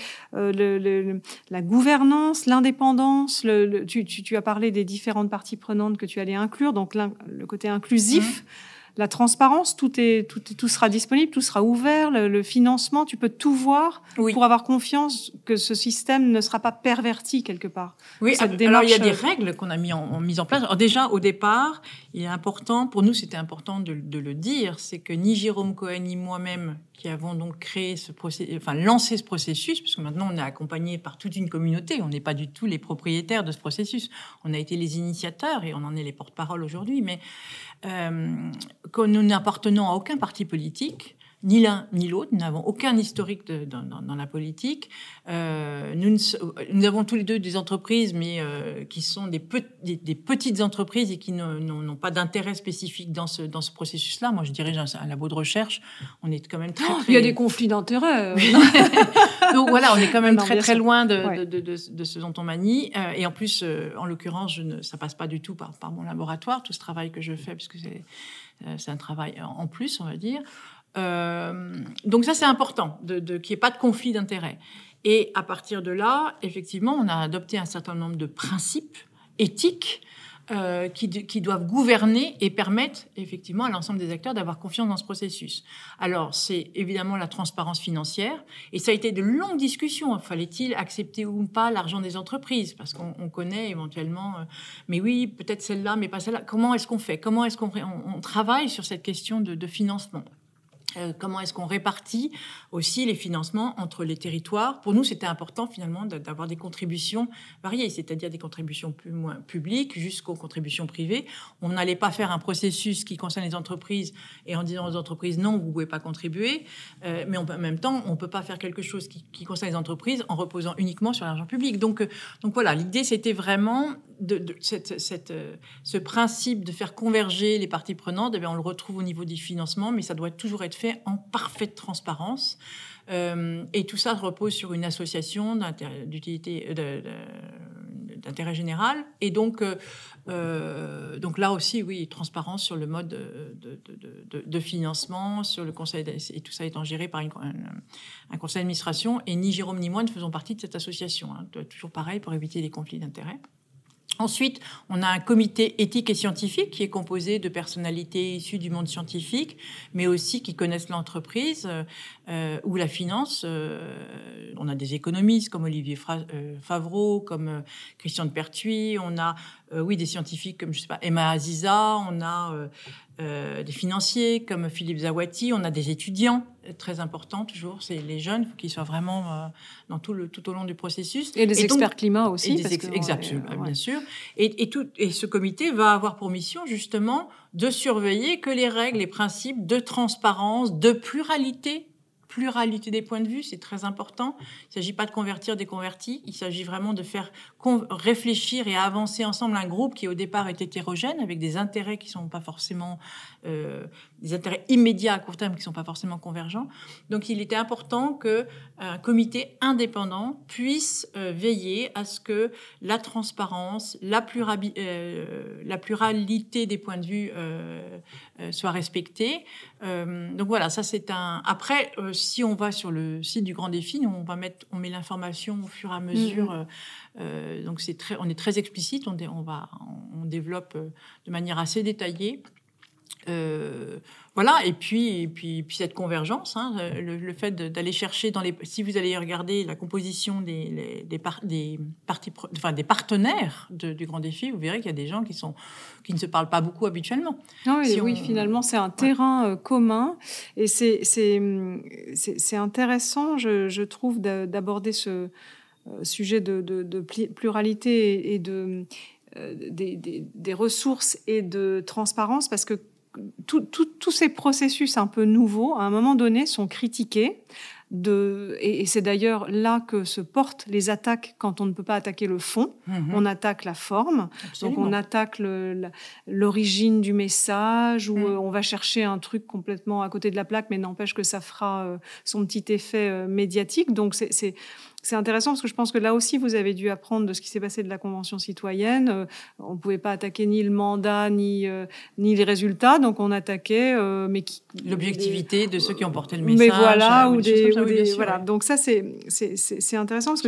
Speaker 2: la gouvernance, l'indépendance. Tu as parlé des différentes parties prenantes que tu allais inclure, donc le côté inclusif. La transparence, tout sera disponible, tout sera ouvert, le financement, tu peux tout voir pour avoir confiance que ce système ne sera pas perverti quelque part.
Speaker 1: Oui, alors il y a des règles qu'on a mises en place. Alors déjà, au départ, il est important, pour nous c'était important de le dire, c'est que ni Jérôme Cohen ni moi-même, qui avons donc créé lancé ce processus, parce que maintenant on est accompagné par toute une communauté, on n'est pas du tout les propriétaires de ce processus, on a été les initiateurs et on en est les porte-parole aujourd'hui, mais que nous n'appartenons à aucun parti politique, ni l'un ni l'autre, nous n'avons aucun historique dans la politique. Nous avons tous les deux des entreprises, mais qui sont des petites entreprises et qui n'ont pas d'intérêt spécifique dans ce processus-là. Moi, je dirais un labo de recherche. On est quand même très...
Speaker 2: Il y a des conflits d'intérêts.
Speaker 1: Donc voilà, on est quand même très loin de ce dont on manie. Et en plus, en l'occurrence, ça passe pas du tout par mon laboratoire, tout ce travail que je fais, puisque c'est un travail en plus, on va dire. Donc ça, c'est important, qu'il n'y ait pas de conflit d'intérêts. Et à partir de là, effectivement, on a adopté un certain nombre de principes éthiques qui doivent gouverner et permettre effectivement à l'ensemble des acteurs d'avoir confiance dans ce processus. Alors, c'est évidemment la transparence financière, et ça a été de longues discussions. Fallait-il accepter ou pas l'argent des entreprises? Parce qu'on connaît éventuellement, mais oui, peut-être celle-là, mais pas celle-là. Comment est-ce qu'on fait? Comment est-ce qu'on travaille sur cette question de financement? Comment est-ce qu'on répartit aussi les financements entre les territoires? Pour nous, c'était important finalement d'avoir des contributions variées, c'est-à-dire des contributions plus ou moins publiques jusqu'aux contributions privées. On n'allait pas faire un processus qui concerne les entreprises et en disant aux entreprises non, vous ne pouvez pas contribuer, mais en même temps, on ne peut pas faire quelque chose qui concerne les entreprises en reposant uniquement sur l'argent public. Donc voilà, l'idée, c'était vraiment ce principe de faire converger les parties prenantes. Eh bien, on le retrouve au niveau du financement, mais ça doit toujours être fait en parfaite transparence. Et tout ça repose sur une association d'intérêt général. Et donc là aussi, oui, transparence sur le mode de financement, sur le conseil, et tout ça étant géré par un conseil d'administration. Et ni Jérôme ni moi ne faisons partie de cette association. Toujours pareil pour éviter les conflits d'intérêts. Ensuite, on a un comité éthique et scientifique qui est composé de personnalités issues du monde scientifique, mais aussi qui connaissent l'entreprise ou la finance. On a des économistes comme Olivier Favreau, comme Christian de Pertuis. On a, des scientifiques comme, Emma Aziza. On a des financiers comme Philippe Zawati. On a des étudiants, très importants toujours. C'est les jeunes, il faut qu'ils soient vraiment tout au long du processus.
Speaker 2: Et des experts climat aussi.
Speaker 1: Exactement, bien sûr. Et ce comité va avoir pour mission justement de surveiller que les règles, les principes de transparence, de pluralité des points de vue, c'est très important. Il ne s'agit pas de convertir des convertis, il s'agit vraiment de faire réfléchir et avancer ensemble un groupe qui au départ est hétérogène, avec des intérêts qui ne sont pas forcément des intérêts immédiats à court terme qui ne sont pas forcément convergents. Donc il était important qu'un comité indépendant puisse veiller à ce que la transparence, la pluralité des points de vue soit respectée. Donc voilà, ça c'est un... Après, si on va sur le site du Grand Défi, on met l'information au fur et à mesure. Donc on est très explicite, on développe de manière assez détaillée. Voilà, et puis cette convergence, le fait d'aller chercher si vous allez regarder la composition des partenaires du Grand Défi, vous verrez qu'il y a des gens qui ne se parlent pas beaucoup habituellement.
Speaker 2: Oui, finalement, c'est un terrain commun, et c'est intéressant, je trouve, d'aborder ce sujet de pluralité et des ressources et de transparence, parce que tous ces processus un peu nouveaux, à un moment donné, sont critiqués. Et c'est d'ailleurs là que se portent les attaques quand on ne peut pas attaquer le fond. On attaque la forme. Absolument. Donc on attaque l'origine du message, ou on va chercher un truc complètement à côté de la plaque, mais n'empêche que ça fera son petit effet médiatique. Donc c'est intéressant, parce que je pense que là aussi, vous avez dû apprendre de ce qui s'est passé de la Convention citoyenne. On ne pouvait pas attaquer ni le mandat, ni les résultats. Donc, on attaquait...
Speaker 1: l'objectivité de ceux qui ont porté le message.
Speaker 2: Mais voilà,
Speaker 1: voilà.
Speaker 2: Donc, ça, c'est intéressant, parce que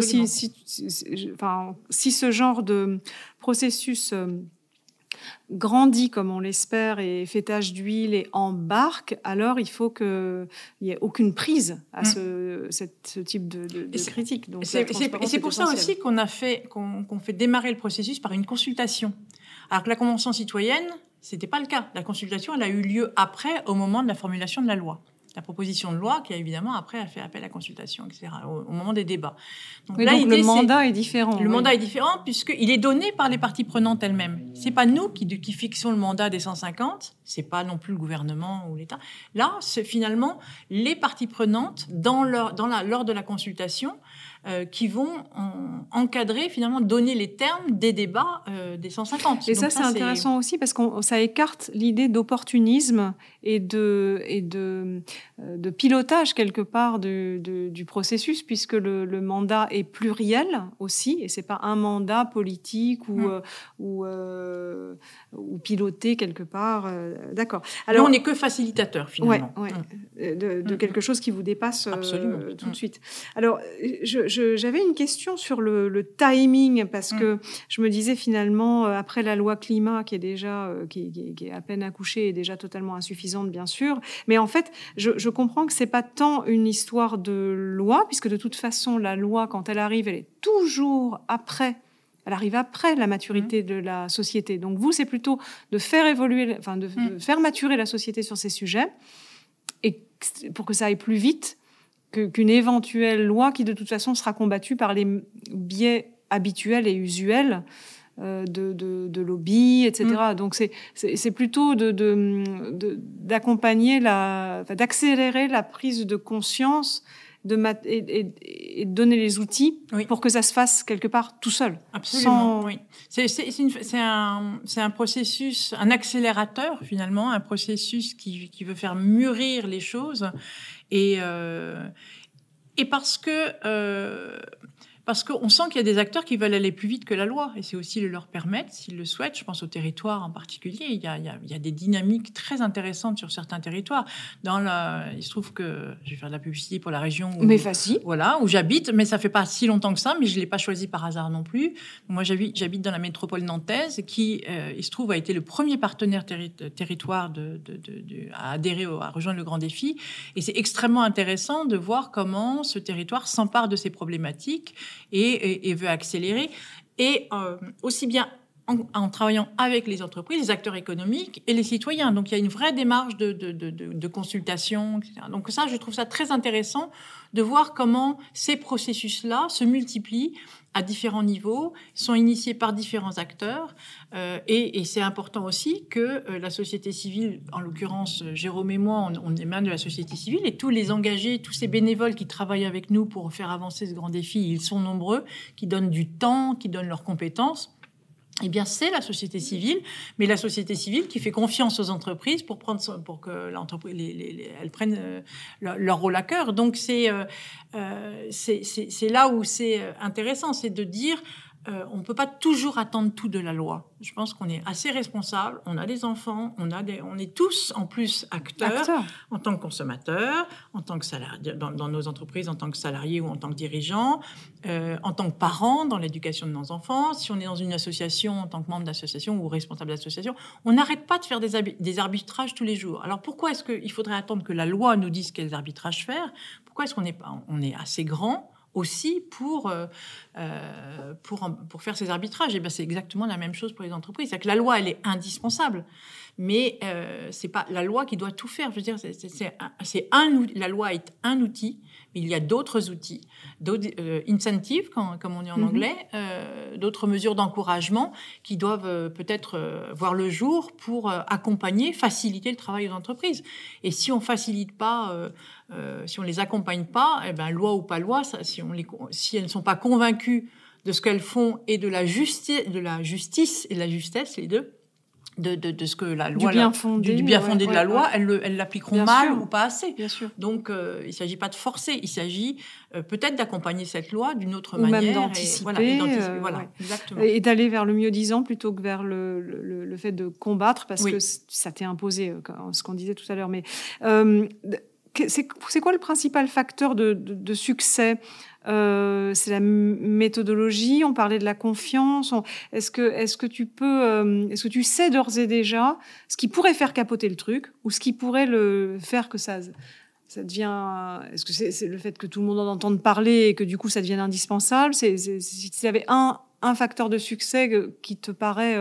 Speaker 2: si ce genre de processus... grandit comme on l'espère et fait tache d'huile et embarque, alors il faut qu'il n'y ait aucune prise à ce type de critique. Donc,
Speaker 1: c'est pour ça aussi qu'on fait démarrer le processus par une consultation. Alors que la Convention citoyenne, ce n'était pas le cas. La consultation, elle a eu lieu après, au moment de la formulation de la loi. La proposition de loi qui a évidemment après a fait appel à la consultation, etc., au moment des débats.
Speaker 2: Donc le mandat est différent.
Speaker 1: Le mandat est différent puisqu'il est donné par les parties prenantes elles-mêmes. C'est pas nous qui fixons le mandat des 150, c'est pas non plus le gouvernement ou l'État. Là, c'est finalement les parties prenantes lors de la consultation qui vont encadrer, finalement, donner les termes des débats des 150.
Speaker 2: Et donc c'est intéressant aussi, parce que ça écarte l'idée d'opportunisme et de pilotage, quelque part, du processus, puisque le mandat est pluriel aussi, et c'est pas un mandat politique ou piloté quelque part. D'accord.
Speaker 1: Alors, nous, on n'est que facilitateur, finalement.
Speaker 2: De quelque chose qui vous dépasse tout de suite. Alors, j'avais une question sur le timing, parce que je me disais, finalement, après la loi climat, qui est déjà qui est à peine accouchée et déjà totalement insuffisante, bien sûr, mais en fait, je comprends que c'est pas tant une histoire de loi, puisque de toute façon, la loi, quand elle arrive, elle est toujours après. Elle arrive après la maturité de la société. Donc vous, c'est plutôt de faire évoluer, de faire maturer la société sur ces sujets. Et pour que ça aille plus vite qu'une éventuelle loi qui, de toute façon, sera combattue par les biais habituels et usuels de lobby, etc. Donc, c'est plutôt d'accompagner d'accélérer la prise de conscience et de donner les outils pour que ça se fasse quelque part tout seul.
Speaker 1: Absolument, oui. C'est un processus, un accélérateur finalement, un processus qui veut faire mûrir les choses et parce qu'on sent qu'il y a des acteurs qui veulent aller plus vite que la loi, et c'est aussi le leur permettre, s'ils le souhaitent. Je pense au territoire en particulier. Il y a des dynamiques très intéressantes sur certains territoires. Il se trouve que je vais faire de la publicité pour la région où j'habite, mais ça fait pas si longtemps que ça, mais je l'ai pas choisi par hasard non plus. Moi, j'habite dans la métropole nantaise, qui, il se trouve, a été le premier partenaire territoire à adhérer, à rejoindre le Grand Défi. Et c'est extrêmement intéressant de voir comment ce territoire s'empare de ces problématiques et veut accélérer, et aussi bien en travaillant avec les entreprises, les acteurs économiques et les citoyens. Donc, il y a une vraie démarche de consultation, etc. Donc ça, je trouve ça très intéressant de voir comment ces processus-là se multiplient à différents niveaux, sont initiés par différents acteurs. Et c'est important aussi que la société civile, en l'occurrence Jérôme et moi, on émane de la société civile, et tous les engagés, tous ces bénévoles qui travaillent avec nous pour faire avancer ce grand défi, ils sont nombreux, qui donnent du temps, qui donnent leurs compétences. Eh bien, c'est la société civile, mais la société civile qui fait confiance aux entreprises pour que l'entreprise, elles prennent leur rôle à cœur. Donc, c'est là où c'est intéressant, c'est de dire, on ne peut pas toujours attendre tout de la loi. Je pense qu'on est assez responsable, on a des enfants, on est tous en plus acteurs. En tant que consommateurs, en tant que salariés, dans nos entreprises, en tant que salariés ou en tant que dirigeants, en tant que parents, dans l'éducation de nos enfants. Si on est dans une association, en tant que membre d'association ou responsable d'association, on n'arrête pas de faire des arbitrages tous les jours. Alors pourquoi est-ce qu'il faudrait attendre que la loi nous dise quels arbitrages faire ? Pourquoi est-ce qu'on est assez grand aussi pour faire ces arbitrages? Et bien, c'est exactement la même chose pour les entreprises. C'est que la loi, elle est indispensable, mais c'est pas la loi qui doit tout faire. Je veux dire, la loi est un outil, mais il y a d'autres outils, d'autres incentives, comme on dit en anglais, d'autres mesures d'encouragement qui doivent peut-être voir le jour pour accompagner, faciliter le travail aux entreprises. Et si on facilite pas, si on les accompagne pas, eh ben, loi ou pas loi, si elles ne sont pas convaincues de ce qu'elles font et de la justice et de la justesse, les deux, de ce que la loi,
Speaker 2: du bien fondé
Speaker 1: de la loi, elles l'appliqueront
Speaker 2: bien
Speaker 1: mal
Speaker 2: sûr.
Speaker 1: ou pas assez.
Speaker 2: Bien sûr.
Speaker 1: Donc, il ne s'agit pas de forcer, il s'agit peut-être d'accompagner cette loi d'une autre
Speaker 2: ou
Speaker 1: manière.
Speaker 2: Même d'anticiper.
Speaker 1: Exactement.
Speaker 2: Et d'aller vers le mieux-disant plutôt que vers le fait de combattre, parce que ça t'est imposé, ce qu'on disait tout à l'heure. Mais c'est quoi le principal facteur de succès ? C'est la méthodologie. On parlait de la confiance. Est-ce que tu sais d'ores et déjà ce qui pourrait faire capoter le truc ou ce qui pourrait le faire que ça devient... Est-ce que c'est le fait que tout le monde en entende parler et que du coup ça devienne indispensable? Si tu avais un facteur de succès qui te paraît...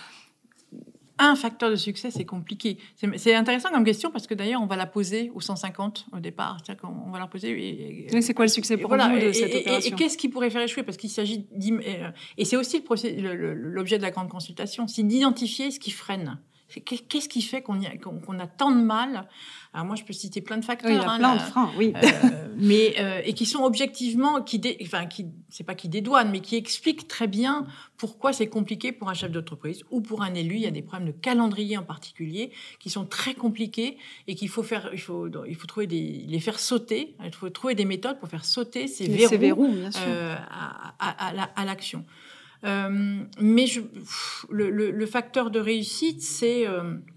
Speaker 1: Un facteur de succès, c'est compliqué. C'est intéressant comme question parce que d'ailleurs, on va la poser aux 150 au départ. C'est-à-dire qu'on va la poser.
Speaker 2: Et c'est quoi le succès pour vous de cette opération ?
Speaker 1: Et qu'est-ce qui pourrait faire échouer ? Parce qu'il s'agit et c'est aussi l'objet de la grande consultation, c'est d'identifier ce qui freine. Qu'est-ce qui fait qu'on a tant de mal ? Alors moi, je peux citer plein de facteurs.
Speaker 2: Oui, il y a plein de freins, oui.
Speaker 1: Et qui sont objectivement, c'est pas qui dédouanent, mais qui expliquent très bien pourquoi c'est compliqué pour un chef d'entreprise ou pour un élu. Il y a des problèmes de calendrier en particulier qui sont très compliqués et qu'il faut trouver les faire sauter. Il faut trouver des méthodes pour faire sauter ces verrous
Speaker 2: bien sûr.
Speaker 1: à l'action. Mais le facteur de réussite, c'est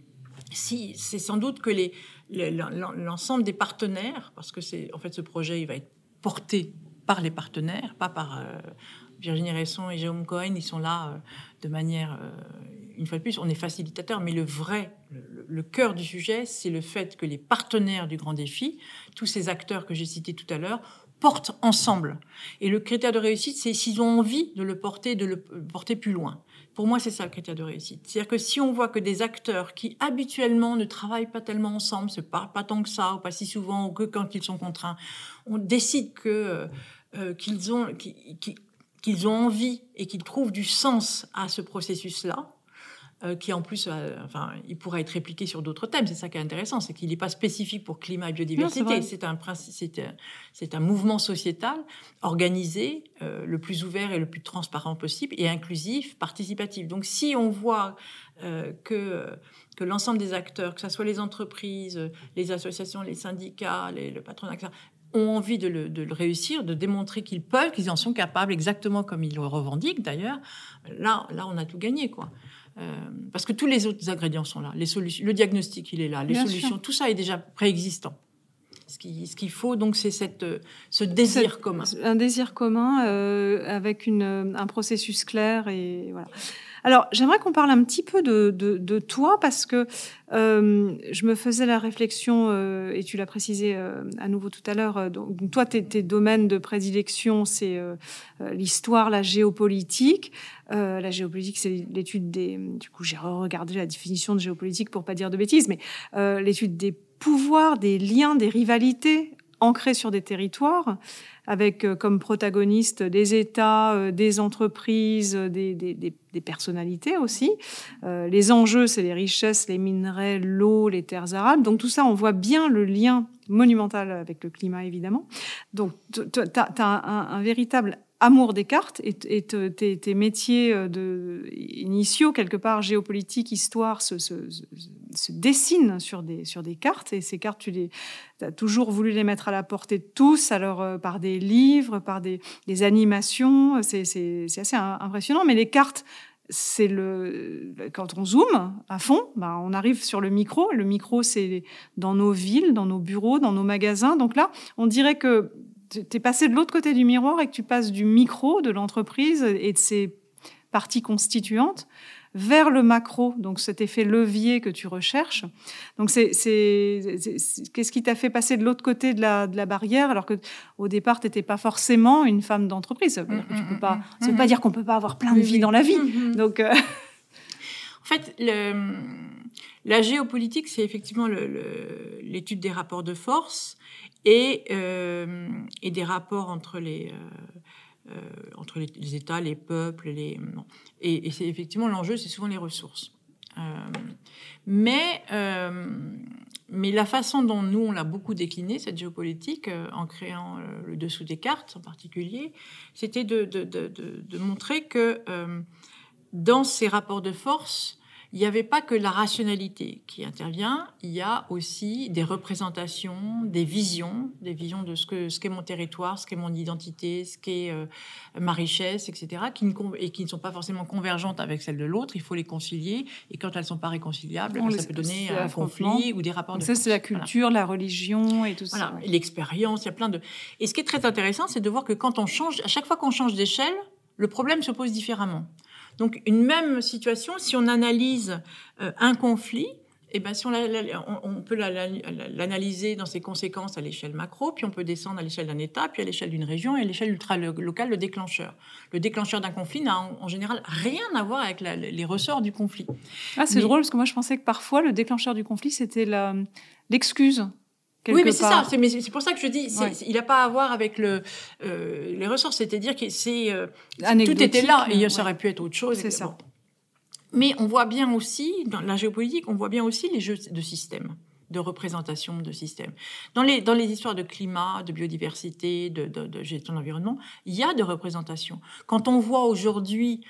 Speaker 1: sans doute que l'ensemble des partenaires, parce que ce projet, il va être porté par les partenaires, pas par Virginie Resson et Jérôme Cohen. Ils sont là de manière, une fois de plus, on est facilitateur, mais le cœur du sujet, c'est le fait que les partenaires du Grand Défi, tous ces acteurs que j'ai cités tout à l'heure, portent ensemble. Et le critère de réussite, c'est s'ils ont envie de le porter plus loin. Pour moi, c'est ça le critère de réussite. C'est-à-dire que si on voit que des acteurs qui habituellement ne travaillent pas tellement ensemble, se parlent pas tant que ça, ou pas si souvent, ou que quand ils sont contraints, on décide qu'ils ont envie et qu'ils trouvent du sens à ce processus-là, qui en plus, il pourrait être répliqué sur d'autres thèmes. C'est ça qui est intéressant, c'est qu'il n'est pas spécifique pour climat et biodiversité. Non, c'est un mouvement sociétal organisé, le plus ouvert et le plus transparent possible, et inclusif, participatif. Donc, si on voit que l'ensemble des acteurs, que ce soit les entreprises, les associations, les syndicats, le patronat, etc., ont envie de le réussir, de démontrer qu'ils peuvent, qu'ils en sont capables, exactement comme ils le revendiquent d'ailleurs, là, on a tout gagné, quoi. Parce que tous les autres ingrédients sont là. Les solutions, le diagnostic, il est là. Les Bien solutions, sûr. Tout ça est déjà préexistant. Ce qu'il faut, donc, c'est ce désir commun.
Speaker 2: Un désir commun avec un processus clair. Et voilà. Alors, j'aimerais qu'on parle un petit peu de toi, parce que je me faisais la réflexion, et tu l'as précisé à nouveau tout à l'heure, donc toi, tes domaines de prédilection, c'est l'histoire, la géopolitique. La géopolitique, c'est l'étude du coup, j'ai regardé la définition de géopolitique pour pas dire de bêtises, mais l'étude des pouvoirs, des liens, des rivalités ancrés sur des territoires, avec comme protagonistes des États, des entreprises, des personnalités aussi. Les enjeux, c'est les richesses, les minerais, l'eau, les terres arables. Donc tout ça, on voit bien le lien monumental avec le climat, évidemment. Donc tu as un véritable amour des cartes, et tes métiers initiaux, quelque part, géopolitique, histoire, se dessinent sur des cartes, et ces cartes, tu as toujours voulu les mettre à la portée de tous, alors par des livres, par des animations, c'est assez impressionnant, mais les cartes, quand on zoome à fond, on arrive sur le micro. Le micro, c'est dans nos villes, dans nos bureaux, dans nos magasins. Donc là, on dirait que tu es passé de l'autre côté du miroir et que tu passes du micro, de l'entreprise et de ses parties constituantes vers le macro, donc cet effet levier que tu recherches. Donc qu'est-ce qui t'a fait passer de l'autre côté de la barrière, alors qu'au départ, tu n'étais pas forcément une femme d'entreprise. Ça veut veut pas dire qu'on ne peut pas avoir plein de vies dans la vie. Donc,
Speaker 1: En fait, la géopolitique, c'est effectivement l'étude des rapports de force et des rapports entre les États, les peuples, et c'est effectivement l'enjeu, c'est souvent les ressources. Mais la façon dont nous, on l'a beaucoup décliné, cette géopolitique, en créant le dessous des cartes en particulier, c'était de montrer que dans ces rapports de force, il n'y avait pas que la rationalité qui intervient, il y a aussi des représentations, des visions de ce qu'est mon territoire, ce qu'est mon identité, ce qu'est ma richesse, etc., qui ne sont pas forcément convergentes avec celles de l'autre. Il faut les concilier, et quand elles ne sont pas réconciliables, ça peut donner un conflit ou des rapports de force.
Speaker 2: Ça, c'est la culture, la religion et tout ça.
Speaker 1: Et l'expérience, il y a plein de... Et ce qui est très intéressant, c'est de voir que quand on change, à chaque fois qu'on change d'échelle, le problème se pose différemment. Donc, une même situation, si on analyse un conflit, si on peut l'analyser dans ses conséquences à l'échelle macro, puis on peut descendre à l'échelle d'un État, puis à l'échelle d'une région, et à l'échelle ultra-locale, le déclencheur. Le déclencheur d'un conflit n'a en général rien à voir avec les ressorts du conflit.
Speaker 2: C'est drôle, parce que moi, je pensais que parfois, le déclencheur du conflit, c'était l'excuse.
Speaker 1: Oui, mais c'est ça. C'est pour ça que je dis, il n'a pas à voir avec les ressorts. C'est-à-dire que tout était là, et ça aurait pu être autre chose.
Speaker 2: C'est ça. Bon.
Speaker 1: Mais on voit bien aussi, dans la géopolitique, on voit bien aussi les jeux de système, de représentation de système. Dans les histoires de climat, de biodiversité, de gestion de l'environnement, il y a de représentation. Quand on voit aujourd'hui...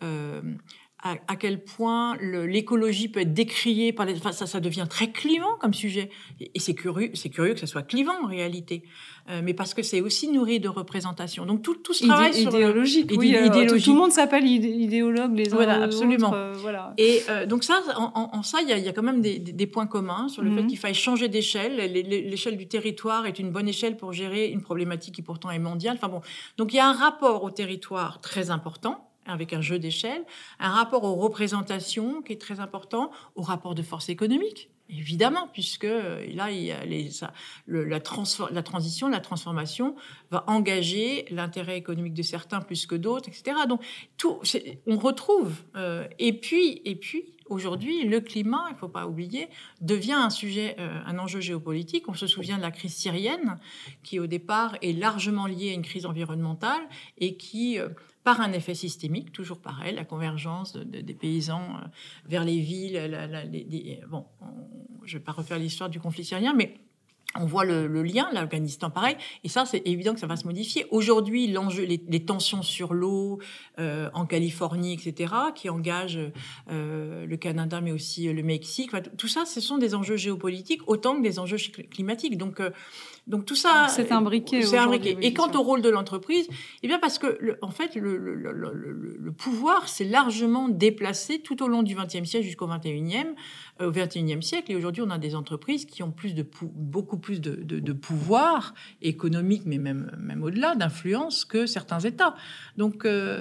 Speaker 1: à quel point l'écologie peut être décriée par ça devient très clivant comme sujet, et c'est curieux que ça soit clivant en réalité, mais parce que c'est aussi nourri de représentations. Donc tout ce travail
Speaker 2: idéologique, idéologique. Tout le monde s'appelle idéologue les uns aux
Speaker 1: absolument.
Speaker 2: Autres, voilà.
Speaker 1: Et donc ça, en ça, il y a quand même des points communs sur le fait qu'il faille changer d'échelle. L'échelle du territoire est une bonne échelle pour gérer une problématique qui pourtant est mondiale. Donc il y a un rapport au territoire très important, avec un jeu d'échelle, un rapport aux représentations qui est très important, au rapport de force économique. Évidemment, puisque là, il y a la transition, la transformation va engager l'intérêt économique de certains plus que d'autres, etc. Donc, on retrouve. Et puis, aujourd'hui, le climat, il ne faut pas oublier, devient un enjeu géopolitique. On se souvient de la crise syrienne, qui au départ est largement liée à une crise environnementale et qui par un effet systémique, toujours pareil, la convergence des paysans vers les villes. Je ne vais pas refaire l'histoire du conflit syrien, mais on voit le lien, l'Afghanistan pareil, et ça, c'est évident que ça va se modifier. Aujourd'hui, l'enjeu, les tensions sur l'eau en Californie, etc., qui engagent le Canada, mais aussi le Mexique, tout ça, ce sont des enjeux géopolitiques autant que des enjeux climatiques. Donc tout ça,
Speaker 2: c'est imbriqué.
Speaker 1: Et quant au rôle de l'entreprise, eh bien parce que le pouvoir s'est largement déplacé tout au long du XXe siècle jusqu'au XXIe siècle. Et aujourd'hui, on a des entreprises qui ont beaucoup plus de pouvoir économique, mais même au-delà, d'influence que certains États. Donc le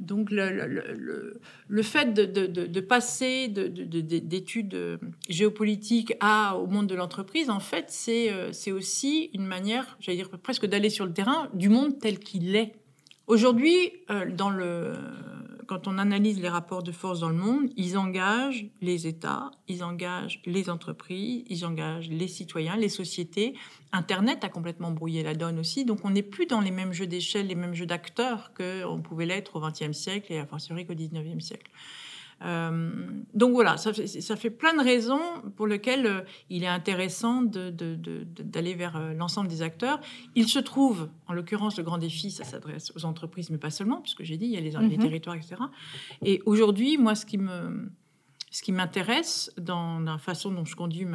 Speaker 1: fait de passer d'études géopolitiques au monde de l'entreprise, en fait, c'est aussi une manière, j'allais dire presque d'aller sur le terrain du monde tel qu'il est. Aujourd'hui, quand on analyse les rapports de force dans le monde, ils engagent les États, ils engagent les entreprises, ils engagent les citoyens, les sociétés. Internet a complètement brouillé la donne aussi, donc on n'est plus dans les mêmes jeux d'échelle, les mêmes jeux d'acteurs qu'on pouvait l'être au XXe siècle et a fortiori qu'au XIXe siècle. Donc voilà, ça fait plein de raisons pour lesquelles il est intéressant d'aller vers l'ensemble des acteurs. Il se trouve, en l'occurrence, le grand défi, ça s'adresse aux entreprises, mais pas seulement, puisque j'ai dit, il y a les territoires, etc. Et aujourd'hui, moi, ce qui m'intéresse dans la façon dont je conduis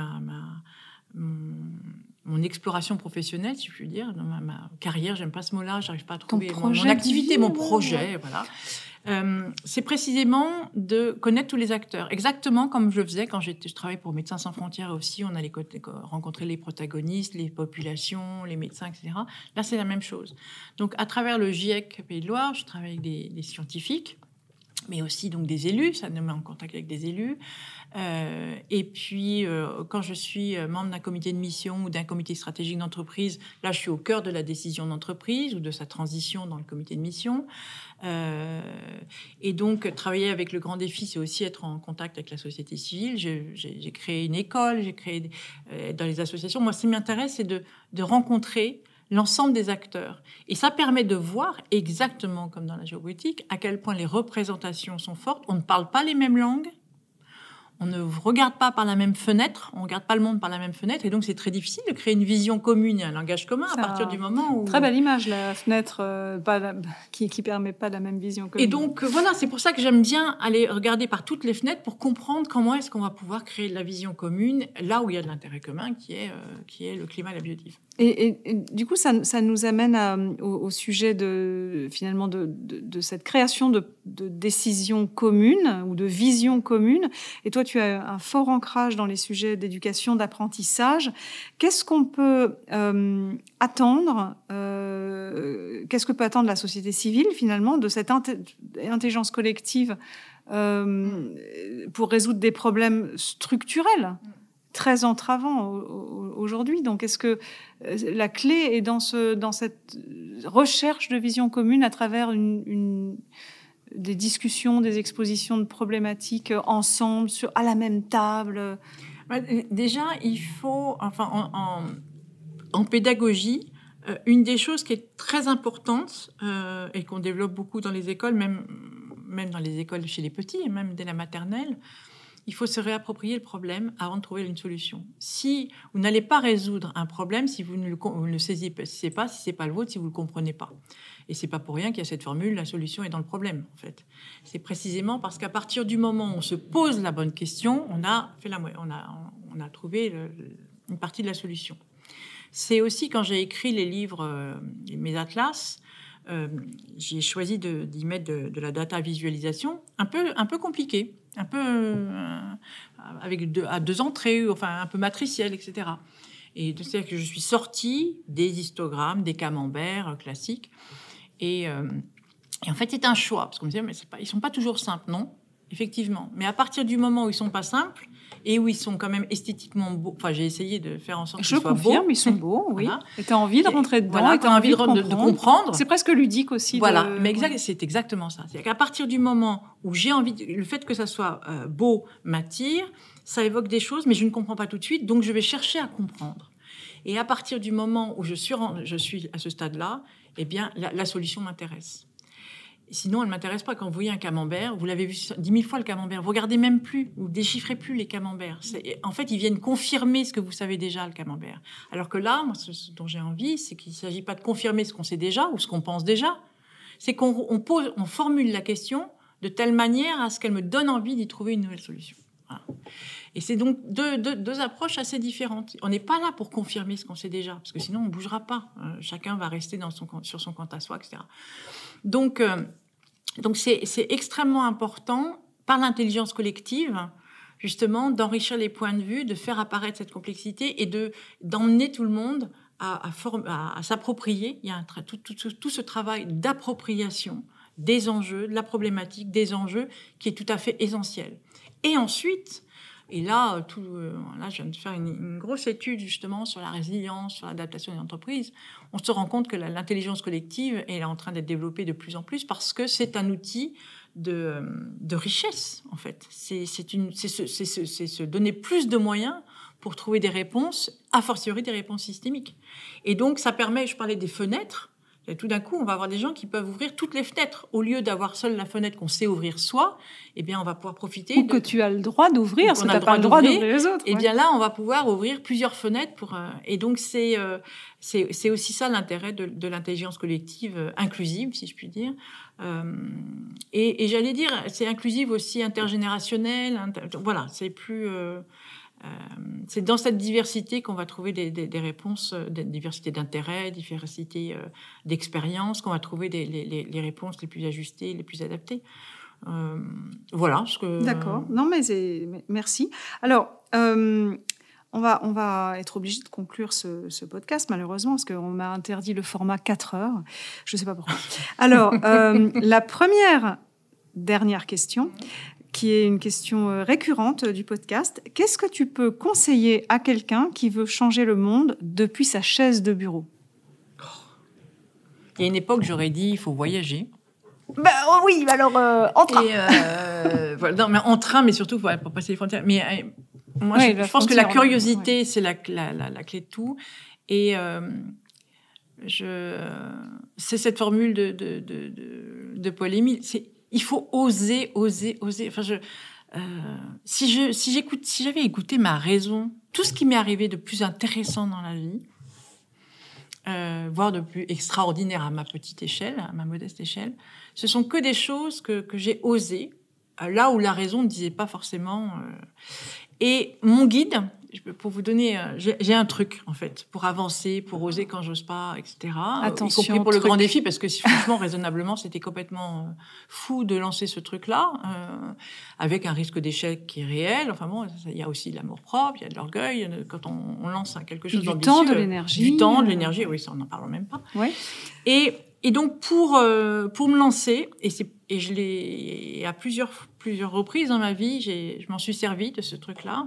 Speaker 1: mon exploration professionnelle, si je puis dire, dans ma carrière, j'aime pas ce mot-là, j'arrive pas à trouver mon activité, mon projet, voilà. C'est précisément de connaître tous les acteurs, exactement comme je le faisais quand je travaillais pour Médecins sans frontières aussi. On allait rencontrer les protagonistes, les populations, les médecins, etc. Là, c'est la même chose. Donc, à travers le GIEC Pays de Loire, je travaille avec des scientifiques, mais aussi donc des élus, ça nous met en contact avec des élus. Et puis, quand je suis membre d'un comité de mission ou d'un comité stratégique d'entreprise, là, je suis au cœur de la décision d'entreprise ou de sa transition dans le comité de mission. Et donc, travailler avec le grand défi, c'est aussi être en contact avec la société civile. J'ai créé une école, j'ai créé dans les associations. Moi, ce qui m'intéresse, c'est de rencontrer l'ensemble des acteurs. Et ça permet de voir, exactement comme dans la géopolitique, à quel point les représentations sont fortes. On ne parle pas les mêmes langues. On ne regarde pas par la même fenêtre, on ne regarde pas le monde par la même fenêtre, et donc c'est très difficile de créer une vision commune et un langage commun à partir du moment où...
Speaker 2: Très belle image, la fenêtre qui permet pas la même vision commune.
Speaker 1: Et donc voilà, c'est pour ça que j'aime bien aller regarder par toutes les fenêtres pour comprendre comment est-ce qu'on va pouvoir créer de la vision commune là où il y a de l'intérêt commun, qui est le climat et la biodiversité.
Speaker 2: Et du coup, ça nous amène au sujet finalement de cette création de décisions communes ou de visions communes. Et toi, tu as un fort ancrage dans les sujets d'éducation, d'apprentissage. Qu'est-ce qu'on peut attendre qu'est-ce que peut attendre la société civile, finalement, de cette intelligence collective pour résoudre des problèmes structurels très entravants aujourd'hui. Donc, est-ce que la clé est dans cette recherche de vision commune à travers des discussions, des expositions de problématiques ensemble, à la même table?
Speaker 1: Déjà, il faut, en pédagogie, une des choses qui est très importante et qu'on développe beaucoup dans les écoles, même dans les écoles chez les petits, et même dès la maternelle, il faut se réapproprier le problème avant de trouver une solution. Si vous n'allez pas résoudre un problème, si vous ne le saisissez pas, si c'est pas le vôtre, si vous le comprenez pas. Et c'est pas pour rien qu'il y a cette formule, la solution est dans le problème, en fait. C'est précisément parce qu'à partir du moment où on se pose la bonne question, on a trouvé une partie de la solution. C'est aussi quand j'ai écrit les livres, mes atlas, j'ai choisi d'y mettre de la data visualisation, un peu compliqué, un peu avec à deux entrées, un peu matriciel, etc. Et c'est-à-dire que je suis sortie des histogrammes, des camemberts classiques, et en fait c'est un choix, parce qu'on me disait mais ils sont pas toujours simples, non, effectivement. Mais à partir du moment où ils sont pas simples, et où ils sont quand même esthétiquement beaux. Enfin, j'ai essayé de faire en sorte qu'ils soient beaux.
Speaker 2: Je confirme, ils sont beaux, oui.
Speaker 1: Voilà.
Speaker 2: Et tu as envie de rentrer dedans,
Speaker 1: voilà,
Speaker 2: et tu as envie
Speaker 1: de comprendre.
Speaker 2: C'est presque ludique aussi.
Speaker 1: Voilà, mais c'est exactement ça. C'est qu'à partir du moment où j'ai envie, le fait que ça soit beau m'attire, ça évoque des choses, mais je ne comprends pas tout de suite, donc je vais chercher à comprendre. Et à partir du moment où je suis à ce stade-là, eh bien, la solution m'intéresse. Sinon, elle ne m'intéresse pas. Quand vous voyez un camembert, vous l'avez vu 10 000 fois le camembert, vous regardez même plus, vous déchiffrez plus les camemberts. En fait, ils viennent confirmer ce que vous savez déjà, le camembert. Alors que là, moi, ce dont j'ai envie, c'est qu'il ne s'agit pas de confirmer ce qu'on sait déjà ou ce qu'on pense déjà. C'est qu'on formule la question de telle manière à ce qu'elle me donne envie d'y trouver une nouvelle solution. Voilà. Et c'est donc deux approches assez différentes. On n'est pas là pour confirmer ce qu'on sait déjà, parce que sinon on ne bougera pas. Chacun va rester sur son compte à soi, etc. Donc c'est extrêmement important, par l'intelligence collective, justement, d'enrichir les points de vue, de faire apparaître cette complexité et d'emmener tout le monde à s'approprier. Il y a tout ce travail d'appropriation des enjeux, de la problématique, des enjeux, qui est tout à fait essentiel. Et ensuite, et là, je viens de faire une grosse étude justement sur la résilience, sur l'adaptation des entreprises. On se rend compte que l'intelligence collective est en train d'être développée de plus en plus parce que c'est un outil de richesse, en fait. C'est se donner plus de moyens pour trouver des réponses, a fortiori des réponses systémiques. Et donc, ça permet, je parlais des fenêtres, et tout d'un coup, on va avoir des gens qui peuvent ouvrir toutes les fenêtres. Au lieu d'avoir seule la fenêtre qu'on sait ouvrir soi, eh bien, on va pouvoir profiter...
Speaker 2: Ou que tu as le droit d'ouvrir, parce que tu n'as pas le droit d'ouvrir les autres.
Speaker 1: Eh bien là, on va pouvoir ouvrir plusieurs fenêtres. Et donc, c'est aussi ça l'intérêt de l'intelligence collective inclusive, si je puis dire. Et j'allais dire, c'est inclusive aussi intergénérationnelle. Voilà, c'est plus... c'est dans cette diversité qu'on va trouver des réponses, diversité d'intérêts, diversité d'expériences, qu'on va trouver les réponses les plus ajustées, les plus adaptées. Voilà.
Speaker 2: D'accord. Non, mais merci. Alors, on va être obligé de conclure ce podcast, malheureusement, parce qu'on m'a interdit le format 4 heures. Je ne sais pas pourquoi. Alors, la dernière question, qui est une question récurrente du podcast. Qu'est-ce que tu peux conseiller à quelqu'un qui veut changer le monde depuis sa chaise de bureau ?
Speaker 1: Il y a une époque, j'aurais dit, il faut voyager.
Speaker 2: Oui, alors en train.
Speaker 1: Voilà, non, mais en train, mais surtout pour passer les frontières. Mais moi, je pense que la curiosité, c'est la clé de tout. Et c'est cette formule de Paul-Émile. Il faut oser. Enfin, si j'avais écouté ma raison, tout ce qui m'est arrivé de plus intéressant dans la vie, voire de plus extraordinaire à ma petite échelle, à ma modeste échelle, ce sont que des choses que j'ai osées, là où la raison ne disait pas forcément. Et mon guide, pour vous donner, j'ai un truc en fait pour avancer, pour oser quand j'ose pas, etc.
Speaker 2: Attention,
Speaker 1: y compris pour le grand défi, parce que franchement, raisonnablement, c'était complètement fou de lancer ce truc-là, avec un risque d'échec qui est réel. Enfin bon, il y a aussi de l'amour-propre, il y a de l'orgueil quand on lance quelque chose d'ambitieux.
Speaker 2: Du temps, de l'énergie.
Speaker 1: Du temps, de l'énergie, oui, ça on n'en parle même pas.
Speaker 2: Ouais.
Speaker 1: Et donc pour me lancer, et je l'ai à plusieurs reprises dans ma vie, je m'en suis servi de ce truc-là.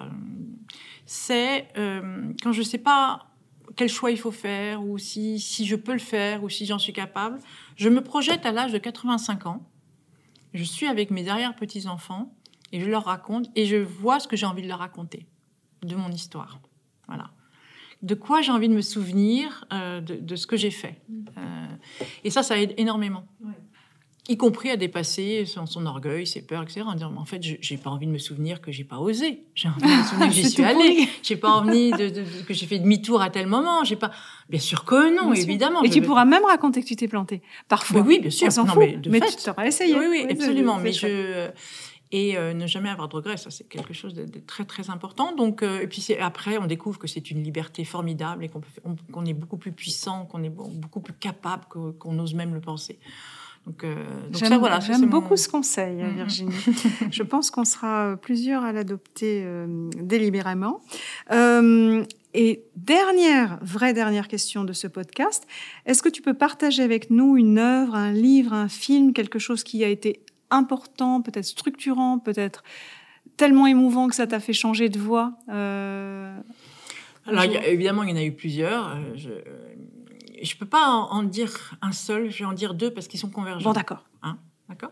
Speaker 1: C'est quand je ne sais pas quel choix il faut faire, ou si je peux le faire, ou si j'en suis capable, je me projette à l'âge de 85 ans. Je suis avec mes arrière-petits-enfants et je leur raconte, et je vois ce que j'ai envie de leur raconter, de mon histoire. Voilà. De quoi j'ai envie de me souvenir de ce que j'ai fait. Et ça aide énormément. Ouais. Y compris à dépasser son orgueil, ses peurs, etc. En disant, en fait, j'ai pas envie de me souvenir que j'ai pas osé. J'ai envie de me souvenir que j'y suis allée. J'ai pas envie que j'ai fait demi-tour à tel moment. J'ai pas. Bien sûr que non, bien évidemment.
Speaker 2: Et tu pourras même raconter que tu t'es plantée. Parfois.
Speaker 1: Oui, bien sûr.
Speaker 2: On s'en fout. Mais tu t'auras essayé.
Speaker 1: Oui, absolument. Et ne jamais avoir de regrets, ça c'est quelque chose de très très important. Donc, et puis après, on découvre que c'est une liberté formidable et qu'on est beaucoup plus puissant, qu'on est beaucoup plus capable qu'on n'ose même le penser. Donc
Speaker 2: j'aime beaucoup ce conseil, Virginie. Je pense qu'on sera plusieurs à l'adopter délibérément. Et dernière question de ce podcast, est-ce que tu peux partager avec nous une œuvre, un livre, un film, quelque chose qui a été important, peut-être structurant, peut-être tellement émouvant que ça t'a fait changer de voie
Speaker 1: Alors, évidemment, il y en a eu plusieurs. Je ne peux pas en dire un seul, je vais en dire deux parce qu'ils sont convergents.
Speaker 2: Bon, d'accord.
Speaker 1: D'accord.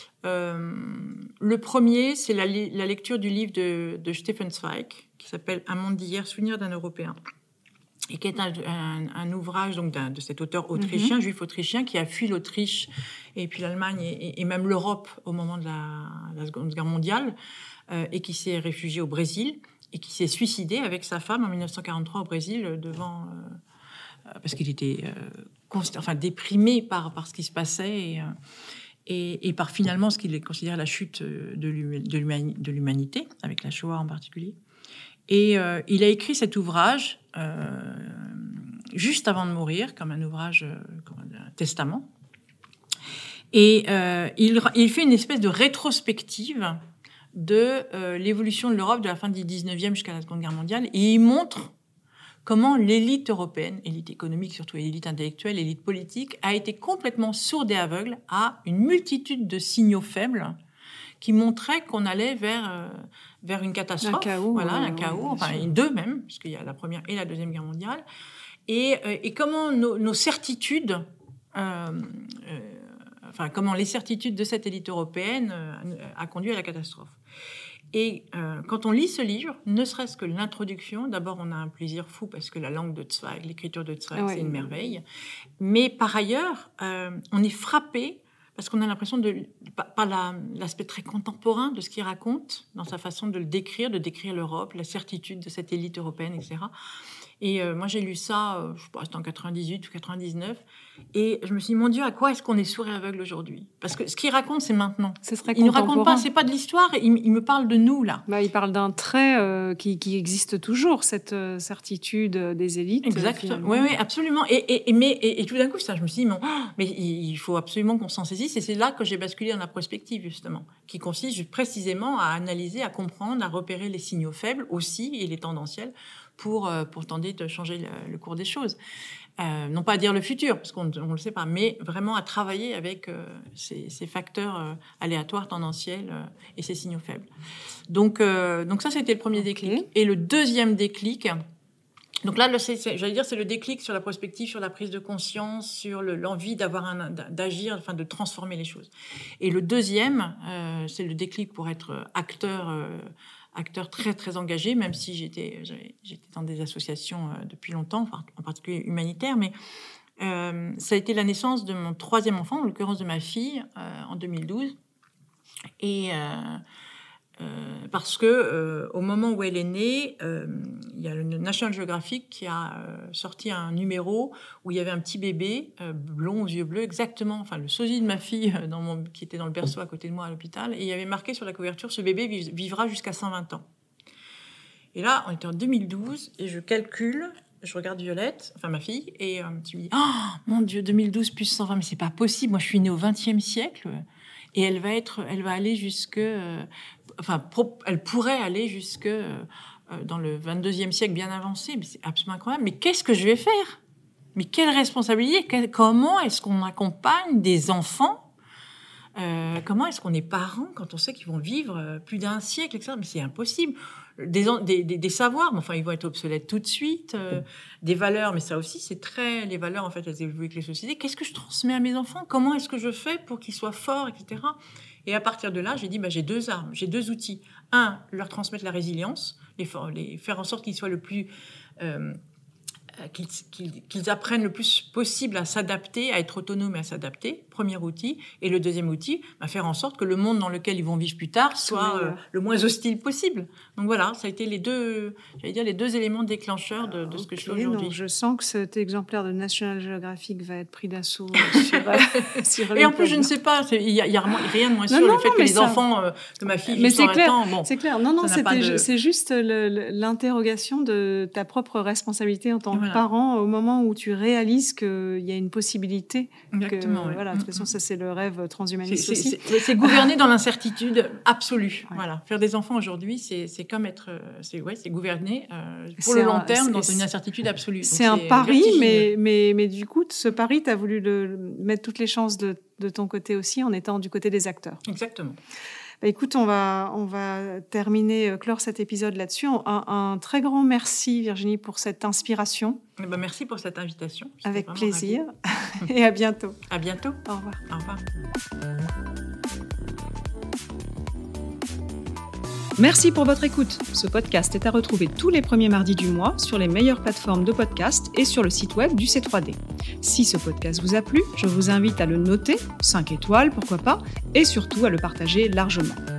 Speaker 1: Le premier, c'est la lecture du livre de Stefan Zweig, qui s'appelle « Un monde d'hier, souvenir d'un Européen », et qui est un ouvrage donc, de cet auteur autrichien, juif autrichien, qui a fui l'Autriche et puis l'Allemagne et même l'Europe au moment de la Seconde Guerre mondiale, et qui s'est réfugié au Brésil et qui s'est suicidé avec sa femme en 1943 au Brésil parce qu'il était déprimé par ce qui se passait et par finalement ce qu'il considère la chute de l'humanité, avec la Shoah en particulier. Et il a écrit cet ouvrage juste avant de mourir, comme un ouvrage, comme un testament. Et il fait une espèce de rétrospective de l'évolution de l'Europe de la fin du 19e jusqu'à la Seconde Guerre mondiale. Et il montre comment l'élite européenne, élite économique surtout, élite intellectuelle, élite politique, a été complètement sourde et aveugle à une multitude de signaux faibles qui montraient qu'on allait vers une catastrophe.
Speaker 2: Un chaos.
Speaker 1: Un chaos, enfin deux même, puisqu'il y a la Première et la Deuxième Guerre mondiale. Et comment nos certitudes... comment les certitudes de cette élite européenne a conduit à la catastrophe. Et quand on lit ce livre, ne serait-ce que l'introduction, d'abord on a un plaisir fou parce que la langue de Zweig, l'écriture de Zweig, c'est une merveille. Mais par ailleurs, on est frappé parce qu'on a l'impression par l'aspect très contemporain de ce qu'il raconte, dans sa façon de décrire l'Europe, la certitude de cette élite européenne, etc. Et moi, j'ai lu ça, je sais pas, c'était en 98 ou 99. Et je me suis dit, mon Dieu, à quoi est-ce qu'on est sourd et aveugle aujourd'hui ? Parce que ce qu'il raconte, c'est maintenant. Il ne raconte pas, c'est pas de l'histoire, il me parle de nous, là.
Speaker 2: Il parle d'un trait qui existe toujours, cette certitude des élites.
Speaker 1: Exactement. Oui, absolument. Et tout d'un coup, je me suis dit, mais il faut absolument qu'on s'en saisisse. Et c'est là que j'ai basculé dans la prospective, justement, qui consiste précisément à analyser, à comprendre, à repérer les signaux faibles aussi, et les tendanciels, pour tenter de changer le cours des choses. Non pas à dire le futur, parce qu'on ne le sait pas, mais vraiment à travailler avec ces facteurs aléatoires, tendanciels et ces signaux faibles. Donc ça, c'était le premier déclic. Et le deuxième déclic, donc là, j'allais dire, c'est le déclic sur la prospective, sur la prise de conscience, sur l'envie d'agir, enfin de transformer les choses. Et le deuxième, c'est le déclic pour être acteur très, très engagé, même si j'étais dans des associations depuis longtemps, en particulier humanitaires, mais ça a été la naissance de mon troisième enfant, en l'occurrence de ma fille, en 2012. Et parce que au moment où elle est née, il y a le National Geographic qui a sorti un numéro où il y avait un petit bébé blond aux yeux bleus, exactement, enfin le sosie de ma fille qui était dans le berceau à côté de moi à l'hôpital, et il y avait marqué sur la couverture, ce bébé vivra jusqu'à 120 ans. Et là, on était en 2012 et je calcule, je regarde Violette, enfin ma fille, et je me dis, oh mon Dieu, 2012 plus 120, mais c'est pas possible. Moi, je suis née au XXe siècle et elle va aller jusque, elle pourrait aller jusque dans le 22e siècle bien avancé. Mais c'est absolument incroyable. Mais qu'est-ce que je vais faire ? Mais quelle responsabilité ? Comment est-ce qu'on accompagne des enfants ? Comment est-ce qu'on est parents quand on sait qu'ils vont vivre plus d'un siècle, etc. Mais c'est impossible. Des savoirs, mais enfin, ils vont être obsolètes tout de suite. Des valeurs, mais ça aussi, c'est très... Les valeurs, en fait, elles évoluent avec les sociétés. Qu'est-ce que je transmets à mes enfants ? Comment est-ce que je fais pour qu'ils soient forts, etc. Et à partir de là, j'ai dit, j'ai deux armes, j'ai deux outils. Un, leur transmettre la résilience, les faire en sorte qu'ils soient le plus... qu'ils apprennent le plus possible à s'adapter, à être autonomes et à s'adapter, premier outil. Et le deuxième outil, faire en sorte que le monde dans lequel ils vont vivre plus tard soit le moins hostile possible. Donc voilà, ça a été les deux éléments déclencheurs de ce que je fais aujourd'hui.
Speaker 2: Donc je sens que cet exemplaire de National Geographic va être pris d'assaut sur
Speaker 1: Et en plus, je ne sais pas, il y a rien de moins sûr le fait que les enfants de ma fille vivent 120 ans. Bon,
Speaker 2: c'est clair. C'est juste l'interrogation de ta propre responsabilité en tant que parent au moment où tu réalises qu'il y a une possibilité.
Speaker 1: Exactement.
Speaker 2: De toute façon, ça c'est le rêve transhumaniste aussi.
Speaker 1: C'est gouverner dans l'incertitude absolue. Ouais. Voilà. Faire des enfants aujourd'hui, c'est comme être, c'est gouverner pour le long terme dans une incertitude absolue.
Speaker 2: C'est un pari, mais du coup, ce pari, tu as voulu mettre toutes les chances de ton côté aussi en étant du côté des acteurs.
Speaker 1: Exactement.
Speaker 2: Écoute, on va terminer, clore cet épisode là-dessus. Un très grand merci, Virginie, pour cette inspiration.
Speaker 1: Merci pour cette invitation. J'étais
Speaker 2: avec plaisir. Et à bientôt.
Speaker 1: À bientôt.
Speaker 2: Au revoir.
Speaker 1: Au revoir.
Speaker 2: Merci pour votre écoute. Ce podcast est à retrouver tous les premiers mardis du mois sur les meilleures plateformes de podcast et sur le site web du C3D. Si ce podcast vous a plu, je vous invite à le noter, 5 étoiles, pourquoi pas, et surtout à le partager largement.